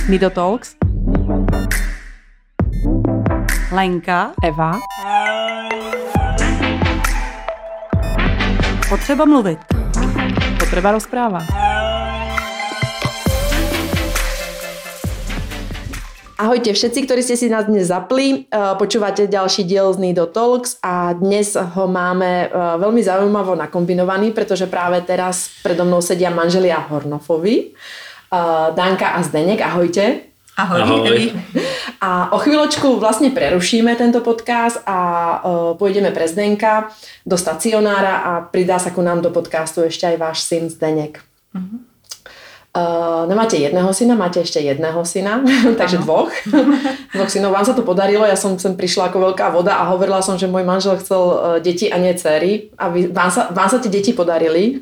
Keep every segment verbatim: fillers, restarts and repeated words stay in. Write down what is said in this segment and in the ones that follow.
Nidotalks, Lenka, Eva. Potřeba mluvit. Potreba rozpráva. Ahojte všetci, ktorí ste si nás dnes zapli. Počúvate ďalší diel z Nidotalks a dnes ho máme veľmi zaujímavo nakombinovaný, pretože práve teraz predo mnou sedia manželia Hornofovi. Danka a Zdeněk, ahojte. Ahoj. Ahoj. A o chvíľočku vlastne prerušíme tento podcast a pôjdeme pre Zdenka do stacionára a pridá sa ku nám do podcastu ešte aj váš syn Zdeněk. Uh-huh. Uh, nemáte jedného syna, máte ešte jedného syna, takže ano. dvoch. Dvoch synov. Vám sa to podarilo, ja som sem prišla ako veľká voda a hovorila som, že môj manžel chcel uh, deti a nie dcery. A vy, vám, sa, vám sa tie deti podarili?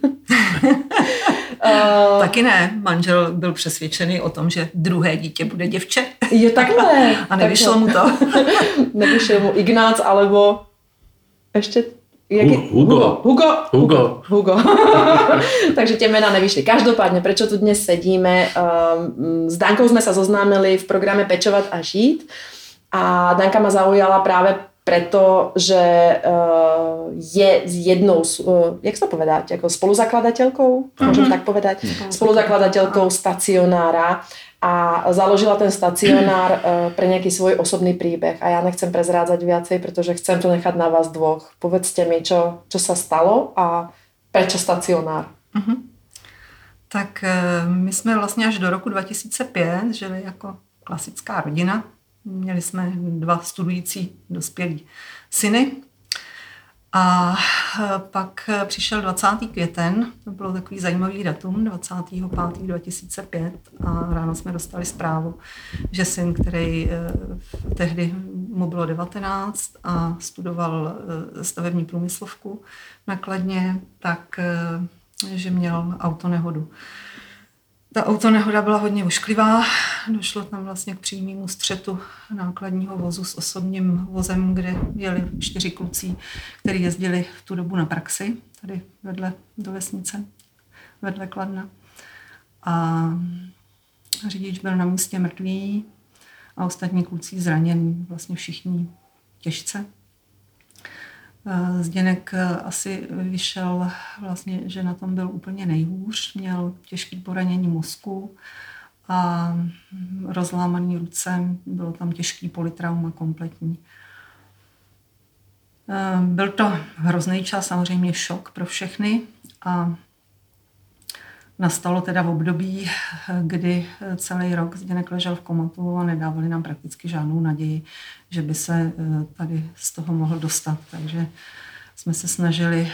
Uh, Taky ne. Manžel byl přesvědčený o tom, že druhé dítě bude děvče. Jo, takhle. A nevyšlo takhle. mu to. Nevyšlo mu Ignác, alebo ešte... Jaký? Hugo. Hugo. Hugo. Hugo. Takže tie mená nevyšli. Každopádne, prečo tu dnes sedíme? S Dankou sme sa zoznámili v programe Pečovať a žít. A Danka ma zaujala práve preto, že je s jednou, jak sa to povedať, ako spoluzakladateľkou, môžem tak povedať, spoluzakladateľkou stacionára a založila ten stacionár pre nejaký svoj osobný príbeh. A ja nechcem prezrádzať viacej, pretože chcem to nechať na vás dvoch. Povedzte mi, čo, čo sa stalo a prečo stacionár? Uh-huh. Tak my jsme vlastně až do roku dva tisíce pět žili jako klasická rodina. Měli jsme dva studující dospělí syny. A pak přišel dvacátý květen, to bylo takový zajímavý datum, dvacátého pátého dva tisíce pět a ráno jsme dostali zprávu, že syn, který tehdy mu bylo devatenáct a studoval stavební průmyslovku na Kladně, tak že měl autonehodu. Ta autonehoda byla hodně ošklivá, došlo tam vlastně k přímému střetu nákladního vozu s osobním vozem, kde jeli čtyři kluci, kteří jezdili v tu dobu na praxi, tady vedle do vesnice, vedle Kladna. A řidič byl na místě mrtvý a ostatní kluci zranění, vlastně všichni těžce. Zdeněk asi vyšel vlastně, že na tom byl úplně nejhůř, měl těžké poranění mozku a rozlámaný ruce, bylo tam těžký polytrauma kompletní. Byl to hrozný čas, samozřejmě šok pro všechny a nastalo teda v období, kdy celý rok Zdeněk ležel v komatu a nedávali nám prakticky žádnou naději, že by se tady z toho mohl dostat. Takže jsme se snažili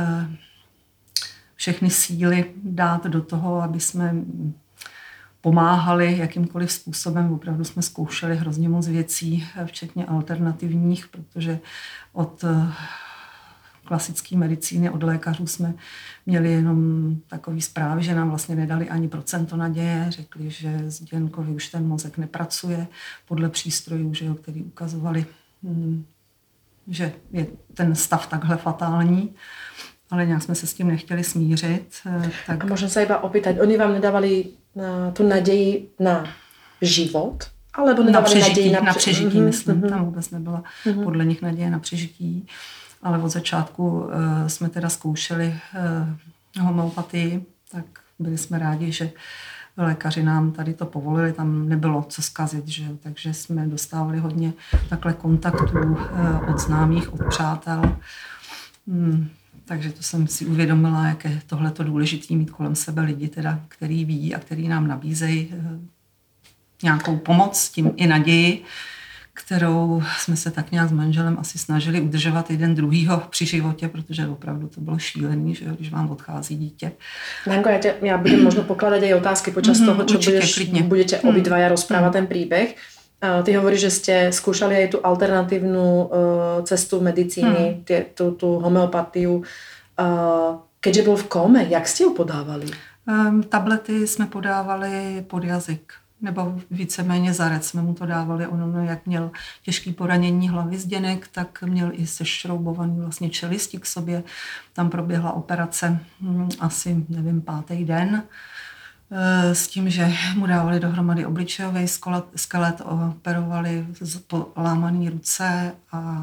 všechny síly dát do toho, aby jsme pomáhali jakýmkoliv způsobem. Opravdu jsme zkoušeli hrozně moc věcí, včetně alternativních, protože od klasické medicíny, od lékařů jsme měli jenom takový zprávy, že nám vlastně nedali ani procento naděje. Řekli, že Zděnkovi už ten mozek nepracuje podle přístrojů, že jo, který ukazovali, že je ten stav takhle fatální. Ale nějak jsme se s tím nechtěli smířit. Tak... A možná se iba opýtať, oni vám nedávali na tu naději na život? Alebo na přežití, na, na přežití, mm-hmm. myslím. Tam vůbec nebyla mm-hmm. podle nich naděje na přežití. Ale od začátku uh, jsme teda zkoušeli uh, homeopatii, tak byli jsme rádi, že lékaři nám tady to povolili, tam nebylo co zkazit, že? Takže jsme dostávali hodně takhle kontaktů uh, od známých, od přátel. Hmm, takže to jsem si uvědomila, jak je tohleto důležité mít kolem sebe lidi, teda, který ví a který nám nabízejí uh, nějakou pomoc, tím i naději, kterou jsme se tak nějak s manželem asi snažili udržovat jeden druhýho při životě, protože opravdu to bylo šílený, že když vám odchází dítě. Danko, ja, ja budem možno pokladať aj otázky počas mm-hmm, toho, čo určite, budeš, klidne. budete obidvaja rozprávať mm. ten príbeh. Uh, ty hovoríš, že ste skúšali aj tú alternatívnu uh, cestu medicíny, mm. tie, tú, tú homeopatiu. Uh, keďže bol v kóme, jak ste ju podávali? Um, tablety jsme podávali pod jazyk. Nebo víceméně zarec jsme mu to dávali. Ono, jak měl těžký poranění hlavy Zdeněk, tak měl i sešroubovaný vlastně čelisti k sobě. Tam proběhla operace hm, asi, nevím, pátý den. s tím, že mu dávali dohromady obličejový skelet, operovali polámané ruce a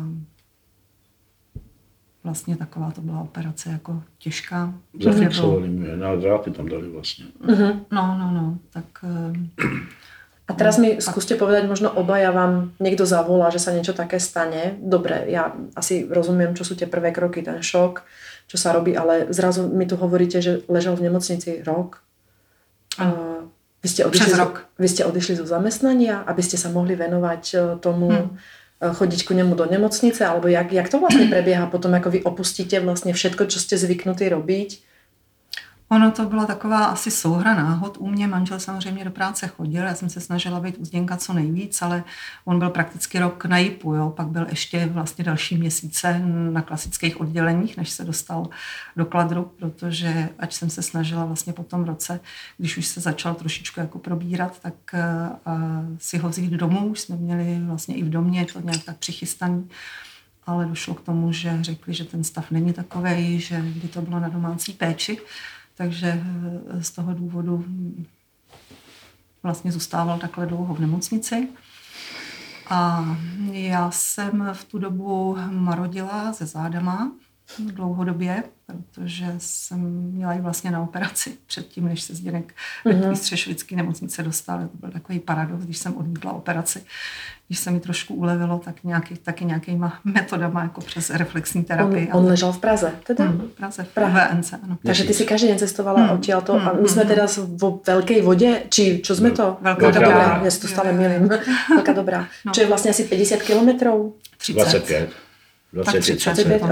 vlastně taková to byla operace jako těžká. Zafixovali mě, na dráty tam dali vlastně. Uh-huh. No, no, no, tak... A teraz mi skúste povedať, možno obaja vám niekto zavolá, že sa niečo také stane. Dobre, ja asi rozumiem, čo sú tie prvé kroky, ten šok, čo sa robí, ale zrazu mi tu hovoríte, že ležel v nemocnici rok. Uh, vy, ste odišli, rok. vy ste odišli zo zamestnania, aby ste sa mohli venovať tomu, hmm. chodiť ku nemu do nemocnice, alebo jak, jak to vlastne prebieha potom, ako vy opustíte vlastne všetko, čo ste zvyknutí robiť? Ono to byla taková asi souhra náhod. U mě manžel samozřejmě do práce chodil, já jsem se snažila být u Zděňka co nejvíc, ale on byl prakticky rok na jipu, jo. Pak byl ještě vlastně další měsíce na klasických odděleních, než se dostal do Kladru, protože ať jsem se snažila vlastně po tom roce, když už se začal trošičku jako probírat, tak uh, si ho vzít domů, už jsme měli vlastně i v domě to nějak tak přichystaný. Ale došlo k tomu, že řekli, že ten stav není takovej, že by to bylo na domácí péči. Takže z toho důvodu vlastně zůstával takhle dlouho v nemocnici. A já jsem v tu dobu marodila se zádama dlouhodobě, protože jsem měla i vlastně na operaci předtím, než se Zděnek do té střešovické nemocnice dostal. To byl takový paradox, když jsem odmítla operaci. Když se mi trošku ulevilo, tak nějaký, taky nějakýma metodama, jako přes reflexní terapii. On, on ležel v Praze, teda? Hmm, v Praze, v Prahe. V V N C, ano. Takže ty si každý deň cestovala hmm. odtiaľto a my sme teda vo veľkej vode, či čo sme to? Veľká dobrá. Ja si to stále milím. Veľká dobrá. No. Čo je vlastne asi päťdesiat kilometrov? dvacet pět. dvacet pět. dvacet pět.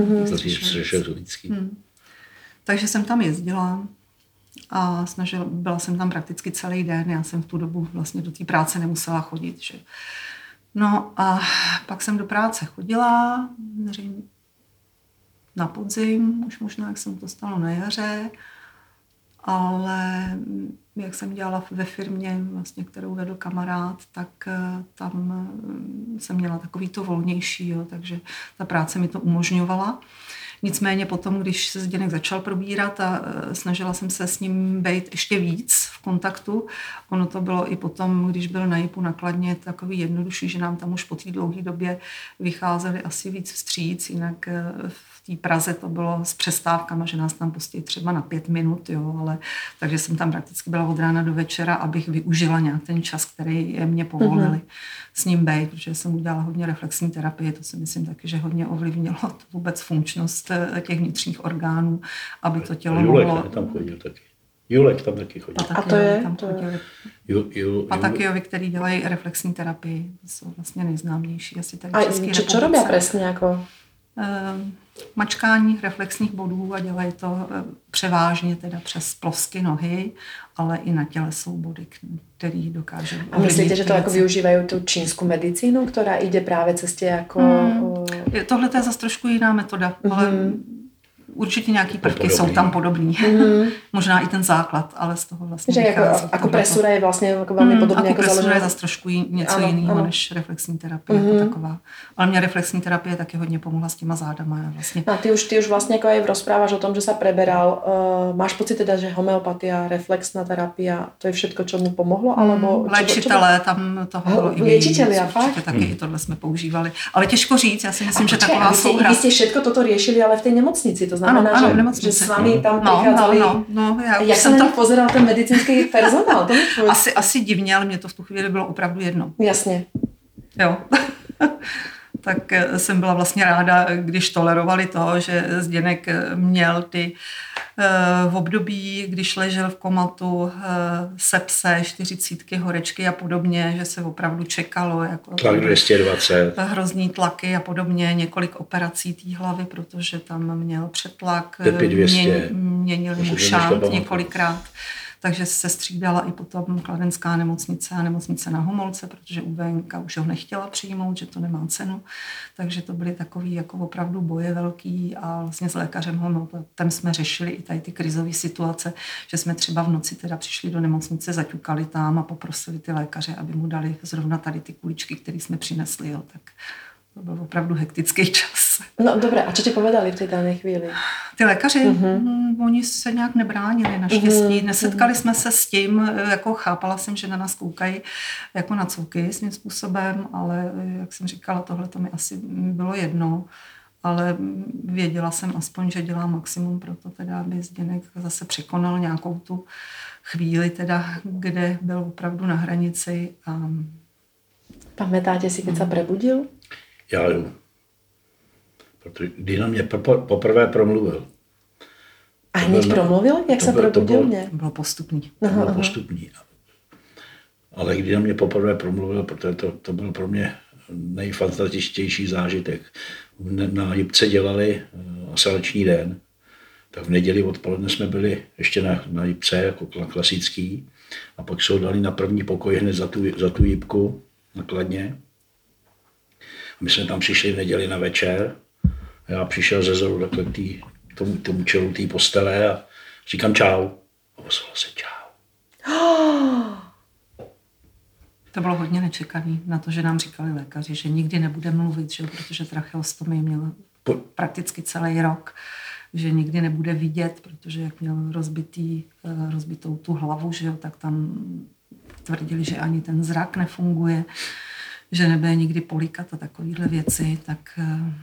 Takže jsem tam jezdila a snažila, byla jsem tam prakticky celý den. Já jsem v tu dobu vlastně do té práce nemusela chodit. Že? No a pak jsem do práce chodila, na podzim, už možná, jak jsem to stalo na jaře, ale jak jsem dělala ve firmě, vlastně, kterou vedl kamarád, tak tam jsem měla takový to volnější, jo, takže ta práce mi to umožňovala. Nicméně potom, když se Zděnek začal probírat a snažila jsem se s ním být ještě víc v kontaktu, ono to bylo i potom, když byl na jipu na Kladně, takový jednodušší, že nám tam už po té dlouhé době vycházeli asi víc vstříc, jinak v té Praze to bylo s přestávkama, že nás tam pustí třeba na pět minut, jo, ale takže jsem tam prakticky byla od rána do večera, abych využila nějak ten čas, který mě povolili mm-hmm. s ním být, protože jsem udělala hodně reflexní terapie, to si myslím taky, že hodně ovlivnilo vůbec funkčnost těch vnitřních orgánů, aby to tělo Julek mohlo... tam chodil taky. Julek tam taky chodil. A to je? Tam chodili. Ju, ju, Patakiovi, který dělají reflexní terapii, jsou vlastně nejznámější asi tady v A České republice. čo robia presne ako? Mačkání reflexních bodů a dělají to převážně teda přes plosky nohy, ale i na těle jsou body, který dokáže... A myslíte, že to jako využívají tu čínskou medicínu, která jde právě cestě jako... Hmm. Tohle je zase trošku jiná metoda, mm-hmm. ale určitě nějaký prvky jsou tam podobný. Mm-hmm. Možná i ten základ, ale z toho vlastně že vychází. Jako, jako presura je vlastně jako velmi mm, podobně. Jako presura je zase trošku něco ano, jiného ano. než reflexní terapie mm-hmm. jako taková. Ale mě reflexní terapie taky hodně pomohla s těma zádama. Vlastně. A ty už, ty už vlastně jako aj rozprávaš o tom, že se preberal. Uh, máš pocit teda, že homeopatia, reflexná terapia, to je všetko, čo mu pomohlo? Alebo mm, léčitelé tam toho bylo i léčitelia, fakt? Taky mm. i tohle jsme používali. Ale těžko říct, já si myslím, a že počkej, taková souhra. Vy jste všetko toto riešili, ale v té nemocnici, to znamená, ano, ano, že, že s vámi tam no, prichádzali... No, no, no, já jak se na to pozeral ten medicínský personál? To asi, asi divně, ale mě to v tu chvíli bylo opravdu jedno. Jasně. Jo. Tak jsem byla vlastně ráda, když tolerovali to, že Zděnek měl ty uh, v období, když ležel v komatu, uh, sepse, čtyřicítky, horečky a podobně, že se opravdu čekalo. Jako tlak dvě stě dvacet. Hrozný tlaky a podobně, několik operací té hlavy, protože tam měl přetlak, mě, měnili mu šánt několikrát. Takže se střídala i potom kladenská nemocnice a nemocnice na Homolce, protože U V N K už ho nechtěla přijmout, že to nemá cenu. Takže to byly takový jako opravdu boje velký a vlastně s lékařem homeopatem jsme řešili i tady ty krizové situace, že jsme třeba v noci teda přišli do nemocnice, zaťukali tam a poprosili ty lékaře, aby mu dali zrovna tady ty kuličky, které jsme přinesli. Jo. Tak to byl opravdu hektický čas. zase. No dobré, a co ti povedali v té dané chvíli? Ty lékaři, mm-hmm. oni se nějak nebránili, naštěstí. Mm-hmm. Nesetkali jsme se s tím, jako chápala jsem, že na nás koukají jako na couky svým způsobem, ale jak jsem říkala, tohle to mi asi bylo jedno. Ale věděla jsem aspoň, že dělá maximum pro to, teda, aby Zdeněk zase překonal nějakou tu chvíli, teda, kde byl opravdu na hranici. A... Pamätáte si, keď se prebudil? Já jo. Protože kdy na mě poprvé promluvil. A hned promluvil? Jak se probudil? To bylo, mě? bylo postupný. To bylo postupný. Ale kdy na mě poprvé promluvil, protože to, to byl pro mě nejfantastičtější zážitek. Na Jipce dělali asalační den, tak v neděli odpoledne jsme byli ještě na, na Jipce jako klasický a pak se ho dali na první pokoj hned za tu, za tu Jipku na Kladně. A my jsme tam přišli v neděli na večer a já přišel ze zoru takhle k tý, tomu, tomu čelu té postele a říkám čau. A ozval se čau. To bylo hodně nečekaný na to, že nám říkali lékaři, že nikdy nebude mluvit, že, protože tracheostomii měl prakticky celý rok, že nikdy nebude vidět, protože jak měl rozbitý, rozbitou tu hlavu, že jo, tak tam tvrdili, že ani ten zrak nefunguje, že nebude nikdy políkat a takovýhle věci, tak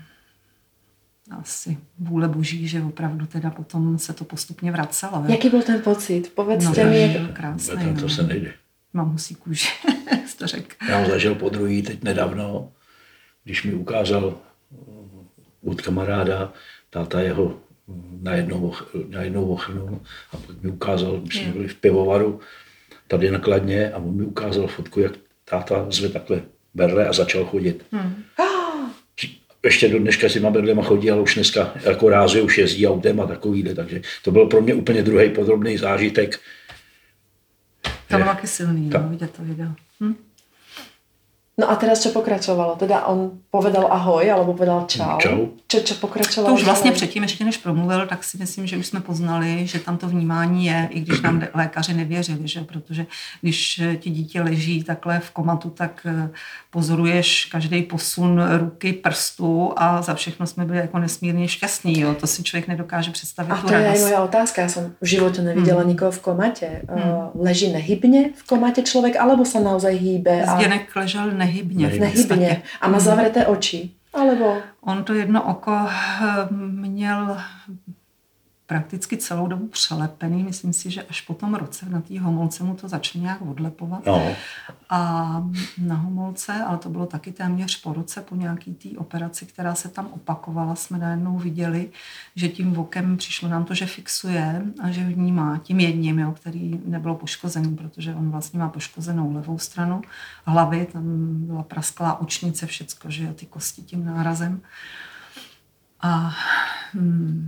asi vůle boží, že opravdu teda potom se to postupně vracelo. Jaký byl ten pocit? Povedzte no, mi. Byl krásný. To, to se nejde. Mám husí kůži, to řekl. Já ho zažil po druhý teď nedávno, když mi ukázal od kamaráda, táta jeho najednou, najednou ochrnul a pak mi ukázal, my jsme byli v pivovaru tady na Kladně a on mi ukázal fotku, jak táta zve takhle berle a začal chodit. Hmm. Ještě do dneška s těma berlema chodí, ale už dneska jako rázuje, už jezdí autem a takovýhle, takže to byl pro mě úplně druhý podrobný zážitek. To bylo taky silný, no, vidět to video. Hm? No a teraz čo pokračovalo? Teda on povedal ahoj, alebo povedal čau. Čau. Čo, čo pokračovalo? To už vlastně předtím, ještě než promluvil, tak si myslím, že už jsme poznali, že tam to vnímání je, i když nám lékaři nevěřili, že? Protože když ti dítě leží takhle v komatu, tak pozoruješ každý posun ruky, prstu a za všechno jsme byli jako nesmírně šťastní. Jo? To si člověk nedokáže představit. A to je aj moja otázka. Já jsem v životě neviděla hmm. nikoho v komatě. Hmm. Leží nehybně v komatě člověk, alebo se naozaj hýbe? A... Zdeněk ležel nehybně. Nehybně. A má zavřeté oči? Alebo... On to jedno oko měl prakticky celou dobu přelepený. Myslím si, že až po tom roce na té homolce mu to začalo nějak odlepovat. No. A na homolce, ale to bylo taky téměř po roce, po nějaký té operaci, která se tam opakovala, jsme najednou viděli, že tím okem přišlo nám to, že fixuje a že vnímá tím jedním, jo, který nebylo poškozený, protože on vlastně má poškozenou levou stranu hlavy, tam byla prasklá očnice, všecko, že jo, ty kosti tím nárazem. A... Hmm,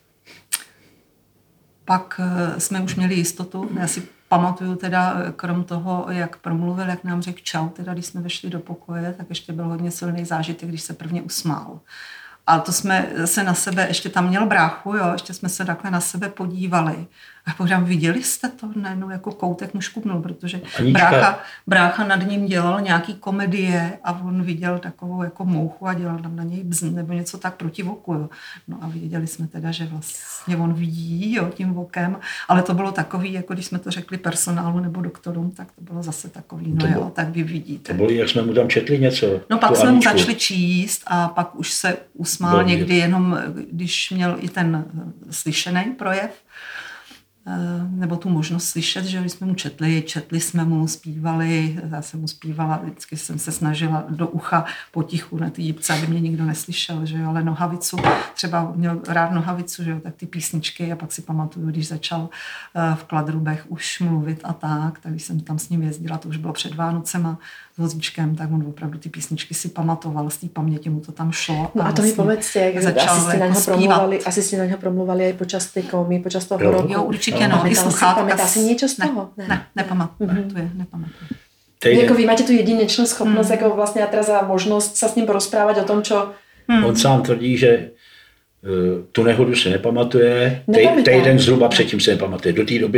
pak jsme už měli jistotu, já si pamatuju teda, krom toho, jak promluvil, jak nám řekl čau, teda když jsme vešli do pokoje, tak ještě byl hodně silný zážitek, když se prvně usmál. A to jsme se na sebe, ještě tam měl bráchu, jo, ještě jsme se takhle na sebe podívali. A pořád viděli jste to? Najednou jako koutek mu škubnul, protože brácha, brácha nad ním dělal nějaký komedie a on viděl takovou jako mouchu a dělal tam na něj bzn nebo něco tak proti voku. Jo. No a viděli jsme teda, že vlastně on vidí, jo, tím vokem, ale to bylo takový, jako když jsme to řekli personálu nebo doktorům, tak to bylo zase takový, no jo, tak vy vidíte. To bylo, jak jsme mu tam četli něco. No pak jsme mu začali číst a pak už se usmál Dobře. Někdy jenom, když měl i ten slyšený projev, nebo tu možnost slyšet, že když jsme mu četli, četli jsme mu, zpívali, já jsem mu zpívala, vždycky jsem se snažila do ucha potichu na ty Jipce, aby mě nikdo neslyšel, že jo, ale nohavicu, třeba měl rád nohavicu, že jo, tak ty písničky a pak si pamatuju, když začal v Kladrubech už mluvit a tak, tak když jsem tam s ním jezdila, to už bylo před Vánocema s vozíčkem, tak on opravdu ty písničky si pamatoval, z té paměti mu to tam šlo. No a, a to mi povedzte, jak asi ste na ňo promluvali, asi ste na ňo promluvali aj počas tej komy, počas toho jo. roku. Jo, určitě, no, no i sluchátka. Pamätá si niečo z toho? Ne, ne, nepamatuju, mm-hmm. nepamatuju. Jako vy máte tu jedinečnú schopnosť, mm. jako vlastne a teraz za možnosť sa s ním porozprávať o tom, čo... Mm. On sám tvrdí, že uh, tu nehodu si nepamatuje, Tej, týden zhruba předtím se nepamatuje. Do té doby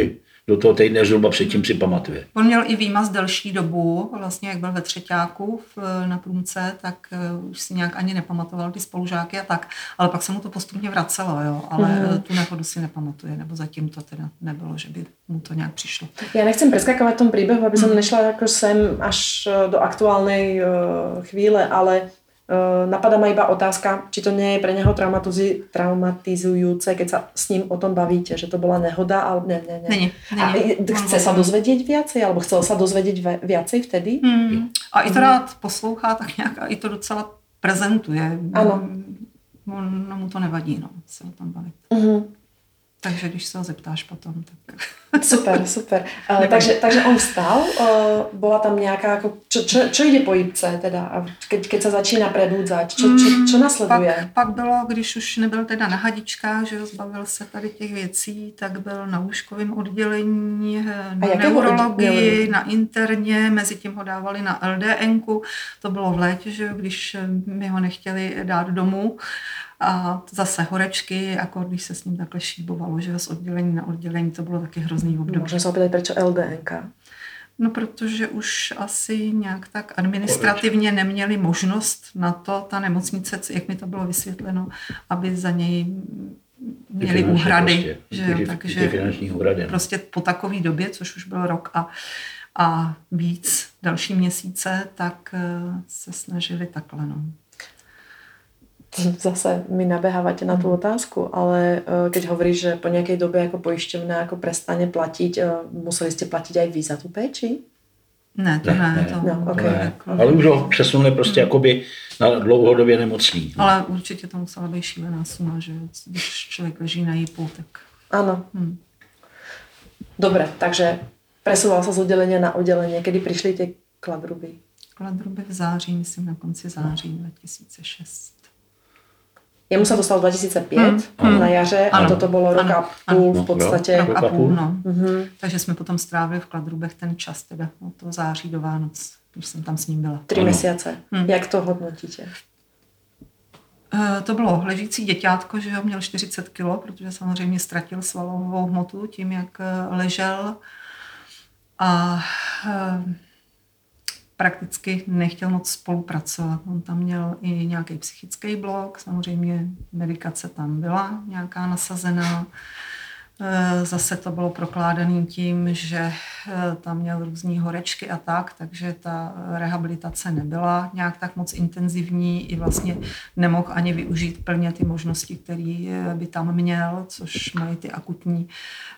do toho týdne zhruba předtím si pamatuje. On měl i výmaz delší dobu, vlastně jak byl ve třeťáku v, na průmce, tak uh, už si nějak ani nepamatoval ty spolužáky a tak, ale pak se mu to postupně vracelo, jo, ale mm. tu nehodu si nepamatuje, nebo zatím to teda nebylo, že by mu to nějak přišlo. Ja nechcem preskakovať v tom príbehu, aby som mm. nešla ako sem až do aktuálnej uh, chvíle, ale Uh, napadá ma iba otázka, či to nie je pre neho traumatizujúce, keď sa s ním o tom bavíte, že to bola nehoda, ale ne, ne, ne. Není, není. A chce sa dozvedieť viacej, alebo chcel sa dozvedieť viacej vtedy? Hmm. A i to rád poslouchá tak nějak a i to docela prezentuje. Ano. On, no, mu to nevadí, no, se o tom bavit. Uh-huh. Takže když se ho zeptáš potom, tak... Super, super. Uh, takže, takže on vstal, uh, bola tam nejaká, ako, čo, čo, čo ide po jípce teda, keď, keď sa začína predúdzať, čo, čo, čo nasleduje? Pak, pak bylo, když už nebyl teda na hadičkách, že zbavil se tady těch věcí, tak byl na lůžkovém oddělení, na neurologii, na interně, mezi tím ho dávali na el dé enku, to bylo v létě, že když mi ho nechtěli dát domů, a zase horečky, jako když se s ním takhle šíbovalo, že z oddělení na oddělení, to bylo taky hrozný období. Můžeme se opýtat, proč el dé enka? No, protože už asi nějak tak administrativně neměli možnost na to, ta nemocnice, jak mi to bylo vysvětleno, aby za něj měli úhrady. Prostě, že ty, jo, ty, takže ty finanční úhrady. No. Prostě po takové době, což už byl rok a, a víc, další měsíce, tak se snažili takhle, no. Zase mi nabehávate na tú otázku, ale uh, keď hovoríš, že po nejakej dobe ako poisťovňa ako prestane platiť, uh, museli ste platiť aj vy za tú péči? Ne, to ne. ne, to, no, okay. ne. Ale už ho přesunuli prostě hmm. jakoby na dlouhodobě nemocný. No. Ale určitě to musela být šílená suma, že když člověk leží na jípu, tak... Áno. Hmm. Dobre, takže presúval sa z oddelenia na oddelenie. Kedy prišli tie kladruby? Kladruby v září, myslím na konci září dva tisíce šest. Jemu sa dostal dva tisíce päť hmm. na jaře ano. A toto bolo rok a půl v podstatě. Rok a půl, no. Mm-hmm. Takže jsme potom strávili v Kladrubech ten čas, teda od toho září do Vánoc, když jsem tam s ním byla. Tři měsíce. Hmm. Jak to hodnotíte? Uh, to bylo ležící děťátko, že ho měl čtyřicet kilo, protože samozřejmě ztratil svalovou hmotu tím, jak ležel. A uh, prakticky nechtěl moc spolupracovat. On tam měl i nějaký psychický blok, samozřejmě medikace tam byla nějaká nasazená. Zase to bylo prokládané tím, že tam měl různý horečky a tak, takže ta rehabilitace nebyla nějak tak moc intenzivní i vlastně nemohl ani využít plně ty možnosti, které by tam měl, což mají ty akutní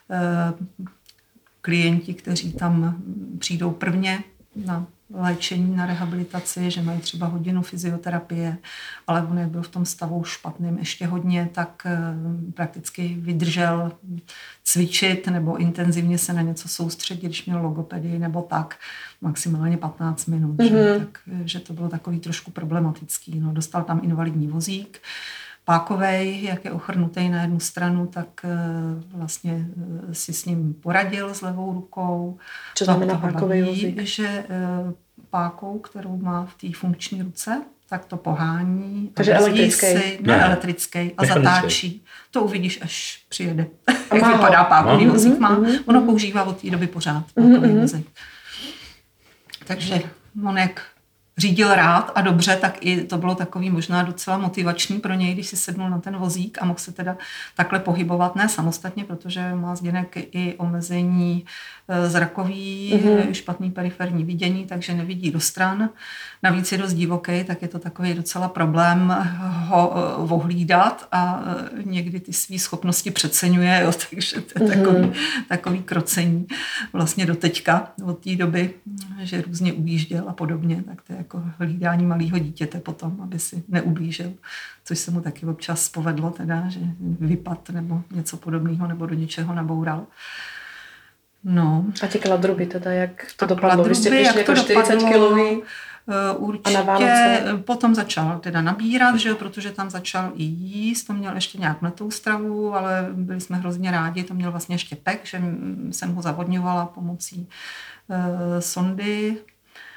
klienti, kteří tam přijdou prvně na léčení, na rehabilitaci, že mají třeba hodinu fyzioterapie, ale on jak byl v tom stavu špatným ještě hodně, tak prakticky vydržel cvičit nebo intenzivně se na něco soustředit, když měl logopedii nebo tak, maximálně patnáct minut. Mm-hmm. Že? Tak, že to bylo takový trošku problematický. No, dostal tam invalidní vozík, pákovej, jak je ochrnutý na jednu stranu, tak vlastně si s ním poradil s levou rukou. Co znamená pákovej vozík? Že pákou, kterou má v té funkční ruce, tak to pohání. Takže elektrický. Si, ne, ne, elektrický a mechanický. Zatáčí. To uvidíš, až přijede. Jak vypadá pákový vozík. Má. Ono používá od té doby pořád pákový vozík. Takže on jak řídil rád a dobře, tak i to bylo takový možná docela motivační pro něj, když si sednul na ten vozík a mohl se teda takhle pohybovat, ne samostatně, protože má Zděnek i omezení zrakový, mm-hmm. špatný periferní vidění, takže nevidí do stran. Navíc je dost divoký, tak je to takový docela problém ho ohlídat a někdy ty svý schopnosti přeceňuje, jo, takže to je mm-hmm. takový, takový krocení vlastně do teďka, od té doby, že různě ujížděl a podobně, tak to je jako hlídání malého dítěte potom, aby si neublížil, což se mu taky občas povedlo, teda, že vypad nebo něco podobného nebo do něčeho naboural. No. A ty kladruby teda, jak to dopadlo? Vy jste přišli jako čtyřicet kilový určitě a na Vánoce? Potom začal teda nabírat, že, protože tam začal i jíst, to měl ještě nějak mletou stravu, ale byli jsme hrozně rádi, to měl vlastně štěpek, že jsem ho zavodňovala pomocí uh, sondy.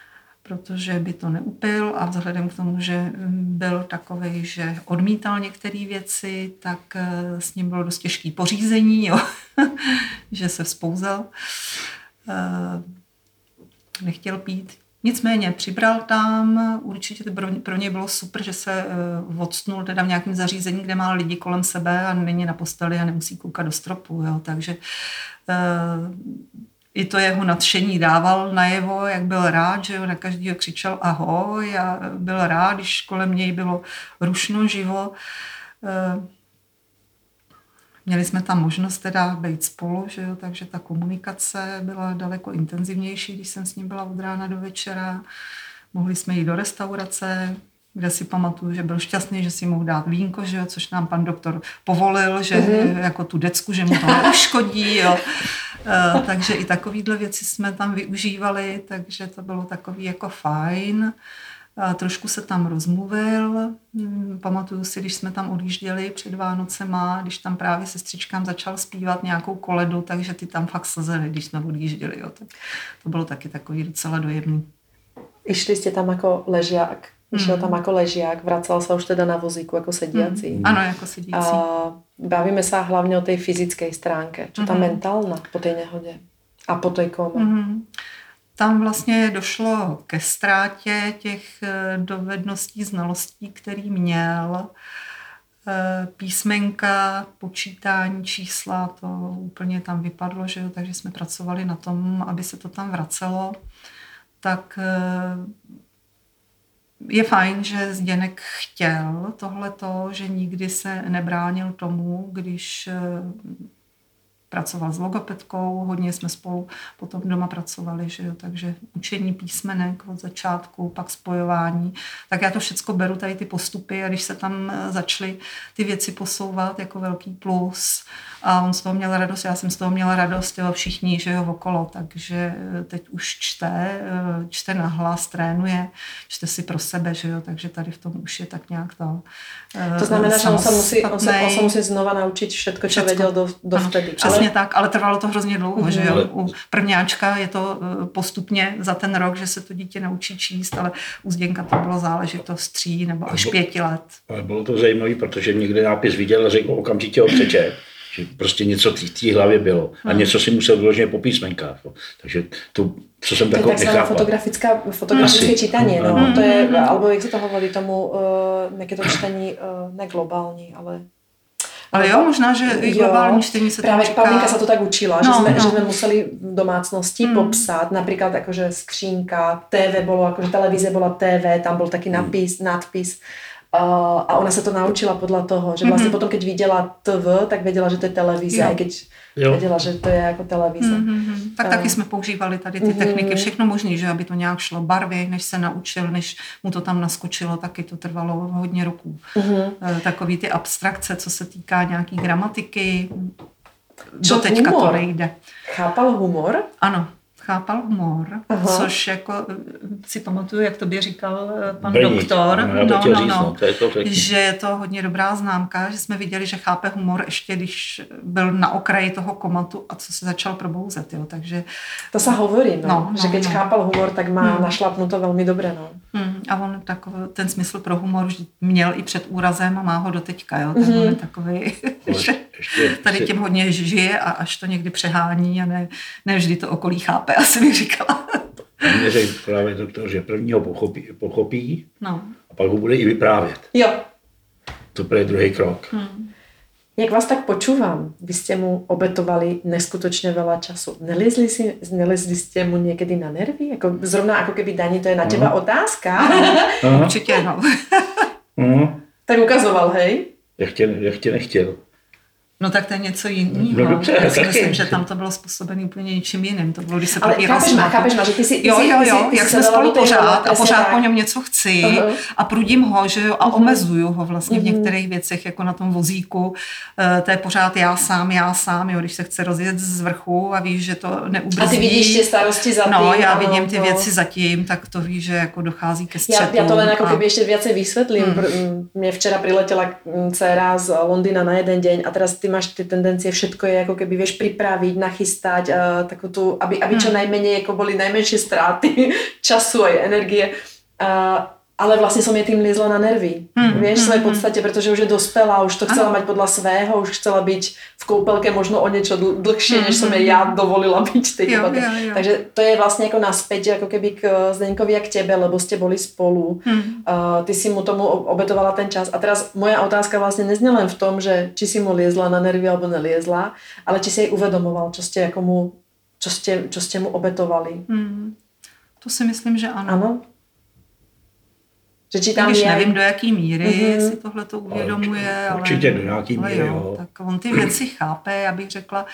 protože by to neupil a vzhledem k tomu, že byl takovej, že odmítal některé věci, tak s ním bylo dost těžké pořízení, jo? Že se vzpouzal. Nechtěl pít. Nicméně přibral tam, určitě to pro něj bylo super, že se odstnul teda v nějakém zařízení, kde má lidi kolem sebe a není na posteli a nemusí koukat do stropu. Jo? Takže i to jeho nadšení dával najevo, jak byl rád, že jo, na každýho křičel ahoj a byl rád, když kolem něj bylo rušno živo. Měli jsme tam možnost teda být spolu, že jo, takže ta komunikace byla daleko intenzivnější, když jsem s ním byla od rána do večera. Mohli jsme jít do restaurace, kde si pamatuju, že byl šťastný, že si mohl dát vínko, že jo, což nám pan doktor povolil, že mm-hmm. jako tu decku, že mu to neuškodí. Jo. Uh, takže i takovýhle věci jsme tam využívali, takže to bylo takový jako fajn. Uh, trošku se tam rozmluvil. Hmm, pamatuju si, když jsme tam odjížděli před Vánocema, když tam právě sestřičkám začal zpívat nějakou koledu, takže ty tam fakt slzeli, když jsme odjížděli. Jo. Tak to bylo taky takový docela dojemný. Išli ste tam ako ležiak, išiel tam ako ležiak, vracal sa už teda na vozíku ako sediaci. Mm. Áno, ako sediaci. A bavíme sa hlavne o tej fyzickej stránke, čo tá mm-hmm. mentálna po tej nehode a po tej kome. Mm-hmm. Tam vlastně došlo ke ztrátě těch dovedností, znalostí, který měl. Písmenka, počítání, čísla, to úplně tam vypadlo, že jo? Takže jsme pracovali na tom, aby se to tam vracelo. Tak je fajn, že Zdeněk chtěl tohleto, že nikdy se nebránil tomu, když pracoval s logopedkou, hodně jsme spolu potom doma pracovali, že jo, takže učení písmenek od začátku, pak spojování. Tak já to všecko beru, tady ty postupy a když se tam začaly ty věci posouvat jako velký plus a on z toho měl radost, já jsem z toho měla radost, jo, všichni, že jo, okolo, takže teď už čte, čte nahlas, trénuje, čte si pro sebe, že jo, takže tady v tom už je tak nějak to. To znamená, že on se musí, on se, on se musí znova naučit všetko, čo věděl do, do vtedy. Přesně ale... tak, ale trvalo to hrozně dlouho, mm. že jo, u prvňáčka je to postupně za ten rok, že se to dítě naučí číst, ale u Zděnka to bylo záležitost tří nebo až pěti let. Ale bylo to zajímavé, protože někde nápis viděl a řekl, okamžitě ho přečet. Že prostě něco v té hlavě bylo. A hmm. něco si musel vyloženě po písmenkách. Takže to, co jsem takový nechápal. To je fotografická, fotografické čítanie. No. No. To je, alebo jak se to hovorí tomu, uh, nějaké to čtení, uh, ne globální, ale... Ale jo, možná, že i globální čtení se právě říká... Pavlínka sa to tak učila, no, že, sme, no. že sme museli v domácnosti hmm. popsat, napríklad akože skřínka, té vé bolo, akože televíze bola té vé, tam bol taký napis, hmm. nadpis. Uh, a ona se to naučila podle toho, že vlastně mm-hmm. potom, keď viděla té vé, tak věděla, že to je televize, jo. a keď jo. věděla, že to je jako televize. Mm-hmm. Tak uh. taky jsme používali tady ty mm-hmm. techniky, všechno možné, že aby to nějak šlo, barvy, než se naučil, než mu to tam naskočilo, taky to trvalo hodně roků. Mm-hmm. Uh, takový ty abstrakce, co se týká nějaký gramatiky, do teďka to nejde. Chápal humor? Ano. Chápal humor, aha. což jako si pamatuju, jak tobě říkal pan Brnit. doktor, no, no, no, říct, no, to je to že je to hodně dobrá známka, že jsme viděli, že chápe humor ještě, když byl na okraji toho komatu a co se začal probouzet. Jo, takže... To se hovorí, no, no, že keď no. chápal humor, tak má hmm. našlapnuto velmi dobré. No. Hmm. A on takový, ten smysl pro humor měl i před úrazem a má ho doteďka. Jo, tak hmm. on je takový, že tady tím hodně žije a až to někdy přehání a ne, ne vždy to okolí chápe. Asi bych říkala. Mě řekl právě doktor, že prvního pochopí, pochopí no. a pak ho bude i vyprávět. Jo. To je druhý krok. Hmm. Jak vás tak počúvam, vy ste mu obetovali neskutočne veľa času. Nelezli, si, nelezli ste mu niekedy na nervy? Ako, zrovna ako keby Dani, to je na teba uh-huh. otázka. Uh-huh. Určitě, no. uh-huh. Tak ukazoval, hej? Jak tě, jak tě nechtěl. No tak to je něco jiného. No dobře, já si myslím, že tam to bylo způsobené úplně něčím jiným. To bylo, když se ale chápeš má, chápeš má, že ty si... Ty jo, si, jo, ty jo, si, jak ty jsme spolu pořád a pořád tak. po něm něco chci uh-huh. a prudím ho, že jo, a uh-huh. omezuju ho vlastně v některých věcech, jako na tom vozíku. To je pořád já sám, já sám, jo, když se chce rozjet z vrchu a víš, že to neubrzdí. A ty vidíš ty starosti za tím. No, já vidím ty věci za tím, tak to víš, že jako dochází ke střetu. Já, já to len jako keby ještě viacej vysvětlím. Hmm. Mně včera priletěla dcera z Londýna na jeden deň a teraz ty máš ty tendencie, všetko je ako keby vieš pripraviť, nachystať, uh, takú tú, aby, aby čo najmenej, ako boli najmenšie stráty času aj energie. Uh, ale vlastne som jej tým liezla na nervy. Mm, vieš, v svojej mm, podstate, pretože už je dospelá, už to chcela ano. mať podľa svého, už chcela byť v koupelke možno o niečo dl- dlhšie, mm, než som jej ja dovolila byť v tej koupelke. Takže to je vlastne ako naspäť, ako keby k Zdeňkovi a k tebe, lebo ste boli spolu. Mm. Uh, ty si mu tomu obetovala ten čas. A teraz moja otázka vlastne neznie len v tom, že či si mu liezla na nervy alebo neliezla, ale či si jej uvedomoval, čo ste, ako mu, čo ste, čo ste mu obetovali. Mm. To si myslím, že ano. Ano? Že Když je... nevím, do jaký míry mm-hmm. si tohle to uvědomuje, ale, určitě do nějaký míry, jo, jo. Tak on ty věci chápe, já bych řekla,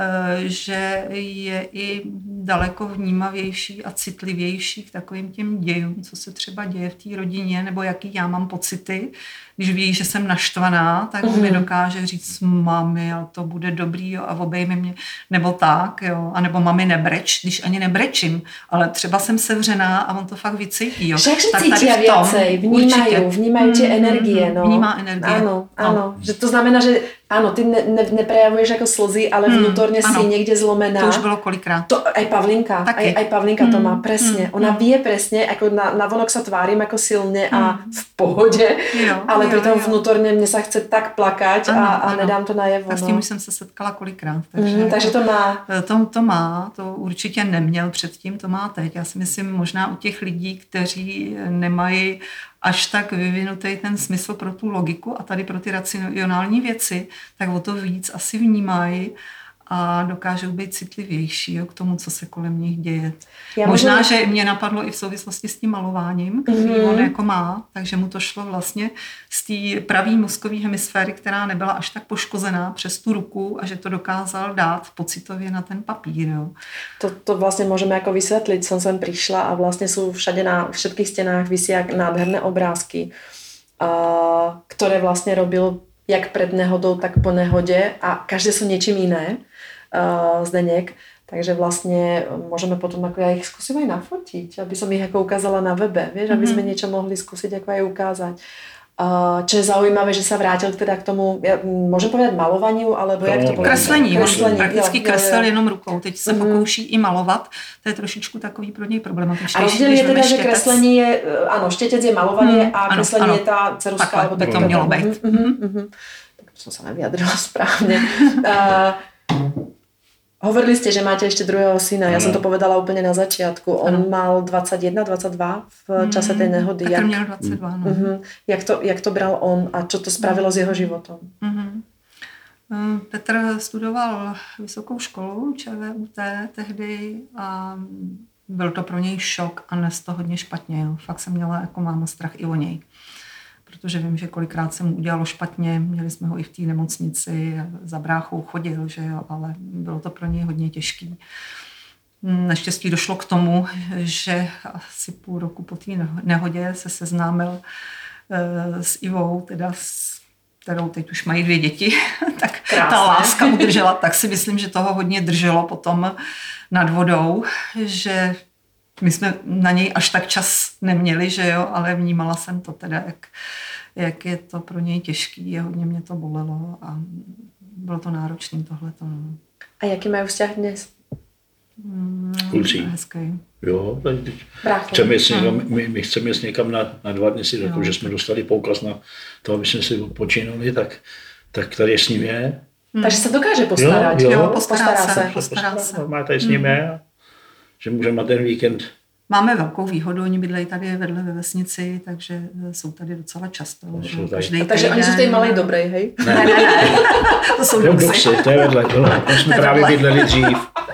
že je i daleko vnímavější a citlivější k takovým těm dějům, co se třeba děje v té rodině, nebo jaký já mám pocity. Když ví, že jsem naštvaná, tak mm-hmm. mi dokáže říct, mami, ale to bude dobrý, jo, a obejmi mě, nebo tak, jo, a nebo mami nebreč, když ani nebrečím, ale třeba jsem sevřená a on to fakt vycítí, jo. Však tak cítia viacej, vnímajú, vnímajú tie energie, no. Vnímá energie. Áno, áno. No. Že to znamená, že áno, ty ne, ne, neprejavuješ ako slzy, ale vnútorne hmm, si ano. niekde zlomená. To už bylo kolikrát. To, aj Pavlinka, aj, aj Pavlinka hmm, to má presne. Hmm, Ona hmm. vie presne, ako na, na vonok sa tvárim ako silne a v pohode, jo, ale pritom vnútorne mne sa chce tak plakať ano, a, a ano. nedám to najevo. A s tím už jsem se setkala kolikrát. Takže, hmm, takže to má. To, to má, to určitě neměl předtím, to má teď. Já si myslím možná u těch lidí, kteří nemají až tak vyvinutý ten smysl pro tu logiku a tady pro ty racionální věci, tak o to víc asi vnímají a dokážou být citlivější, jo, k tomu, co se kolem nich děje. Já Možná, můžu... že mě napadlo i v souvislosti s tím malováním, který mm-hmm. on jako má, takže mu to šlo vlastně z té pravý mozkové hemisféry, která nebyla až tak poškozená přes tu ruku a že to dokázal dát pocitově na ten papír. Jo. To, to vlastně můžeme jako vysvětlit. Jsem sem přišla a vlastně jsou všade na všetkých stěnách visí jak nádherné obrázky, uh, které vlastně robil jak pred nehodou, tak po nehodě a každé jsou něčím jiné. Uh, Zdeněk, takže vlastně můžeme potom jako já ich zkusím aj nafotiť, aby som ich jako ukázala na webe, vieš, aby sme niečo mohli skúsiť jako aj ukázať. Uh, čo je zaujímavé, že sa vrátil teda k tomu, ja, môžem povedať malovaniu, alebo no, jak to bolo? Kreslení, kreslení, on prakticky kreslil jenom rukou, teď se mm. pokouší i malovat, to je trošičku takový pro něj problematičný. A rozdíl je teda, že kreslení je, ano, štětec je malovanie mm, a ano, kreslení ano. je ta ceruska. Takhle, alebo tak to mělo být. Mm, mm, mm. Tak to som sa nevyjadrila správne. uh, Hovorili ste, že máte ešte druhého syna. Ja som to povedala úplne na začiatku. On ano. mal dvadsaťjeden, dvadsaťdva v čase tej nehody. Petr měl dvacet dva, no. Uh-huh. Jak, to, jak to bral on a čo to spravilo uh-huh. s jeho životom? Uh-huh. Petr studoval vysokou školu ČVUT tehdy a byl to pro něj šok a nes to hodně špatně. Jo. Fakt jsem měla jako máma strach i o něj. Protože vím, že kolikrát se mu udělalo špatně, měli jsme ho i v té nemocnici, za bráchou chodil, že jo, ale bylo to pro něj hodně těžký. Naštěstí došlo k tomu, že asi půl roku po té nehodě se seznámil s Ivou, teda s kterou teď už mají dvě děti, tak Krásné. Ta láska udržela, tak si myslím, že toho hodně drželo potom nad vodou, že my jsme na něj až tak čas neměli, že jo, ale vnímala jsem to teda, jak, jak je to pro něj těžký, a hodně mě to bolelo a bylo to náročný tohleto. A jaký mají vzťah dnes? Mm, hezký. Jo, chceme někam, my, my chceme jít někam na, na dva dny, si řekl, že jsme dostali poukaz na to, aby jsme si počínali, tak, tak tady s ním je. Hmm. Takže se dokáže postarat. Jo, jo, jo postará, postará se. se. Postará se. Normálně tady s ním je, že můžeme na ten víkend. Máme velkou výhodu, oni bydlejí tady vedle ve vesnici, takže jsou tady docela často. No, že každý takže oni jsou tady malej dobrý, hej? Ne, ne, ne. To jsou duxy. To je vedle, to jsme právě bydleli dřív.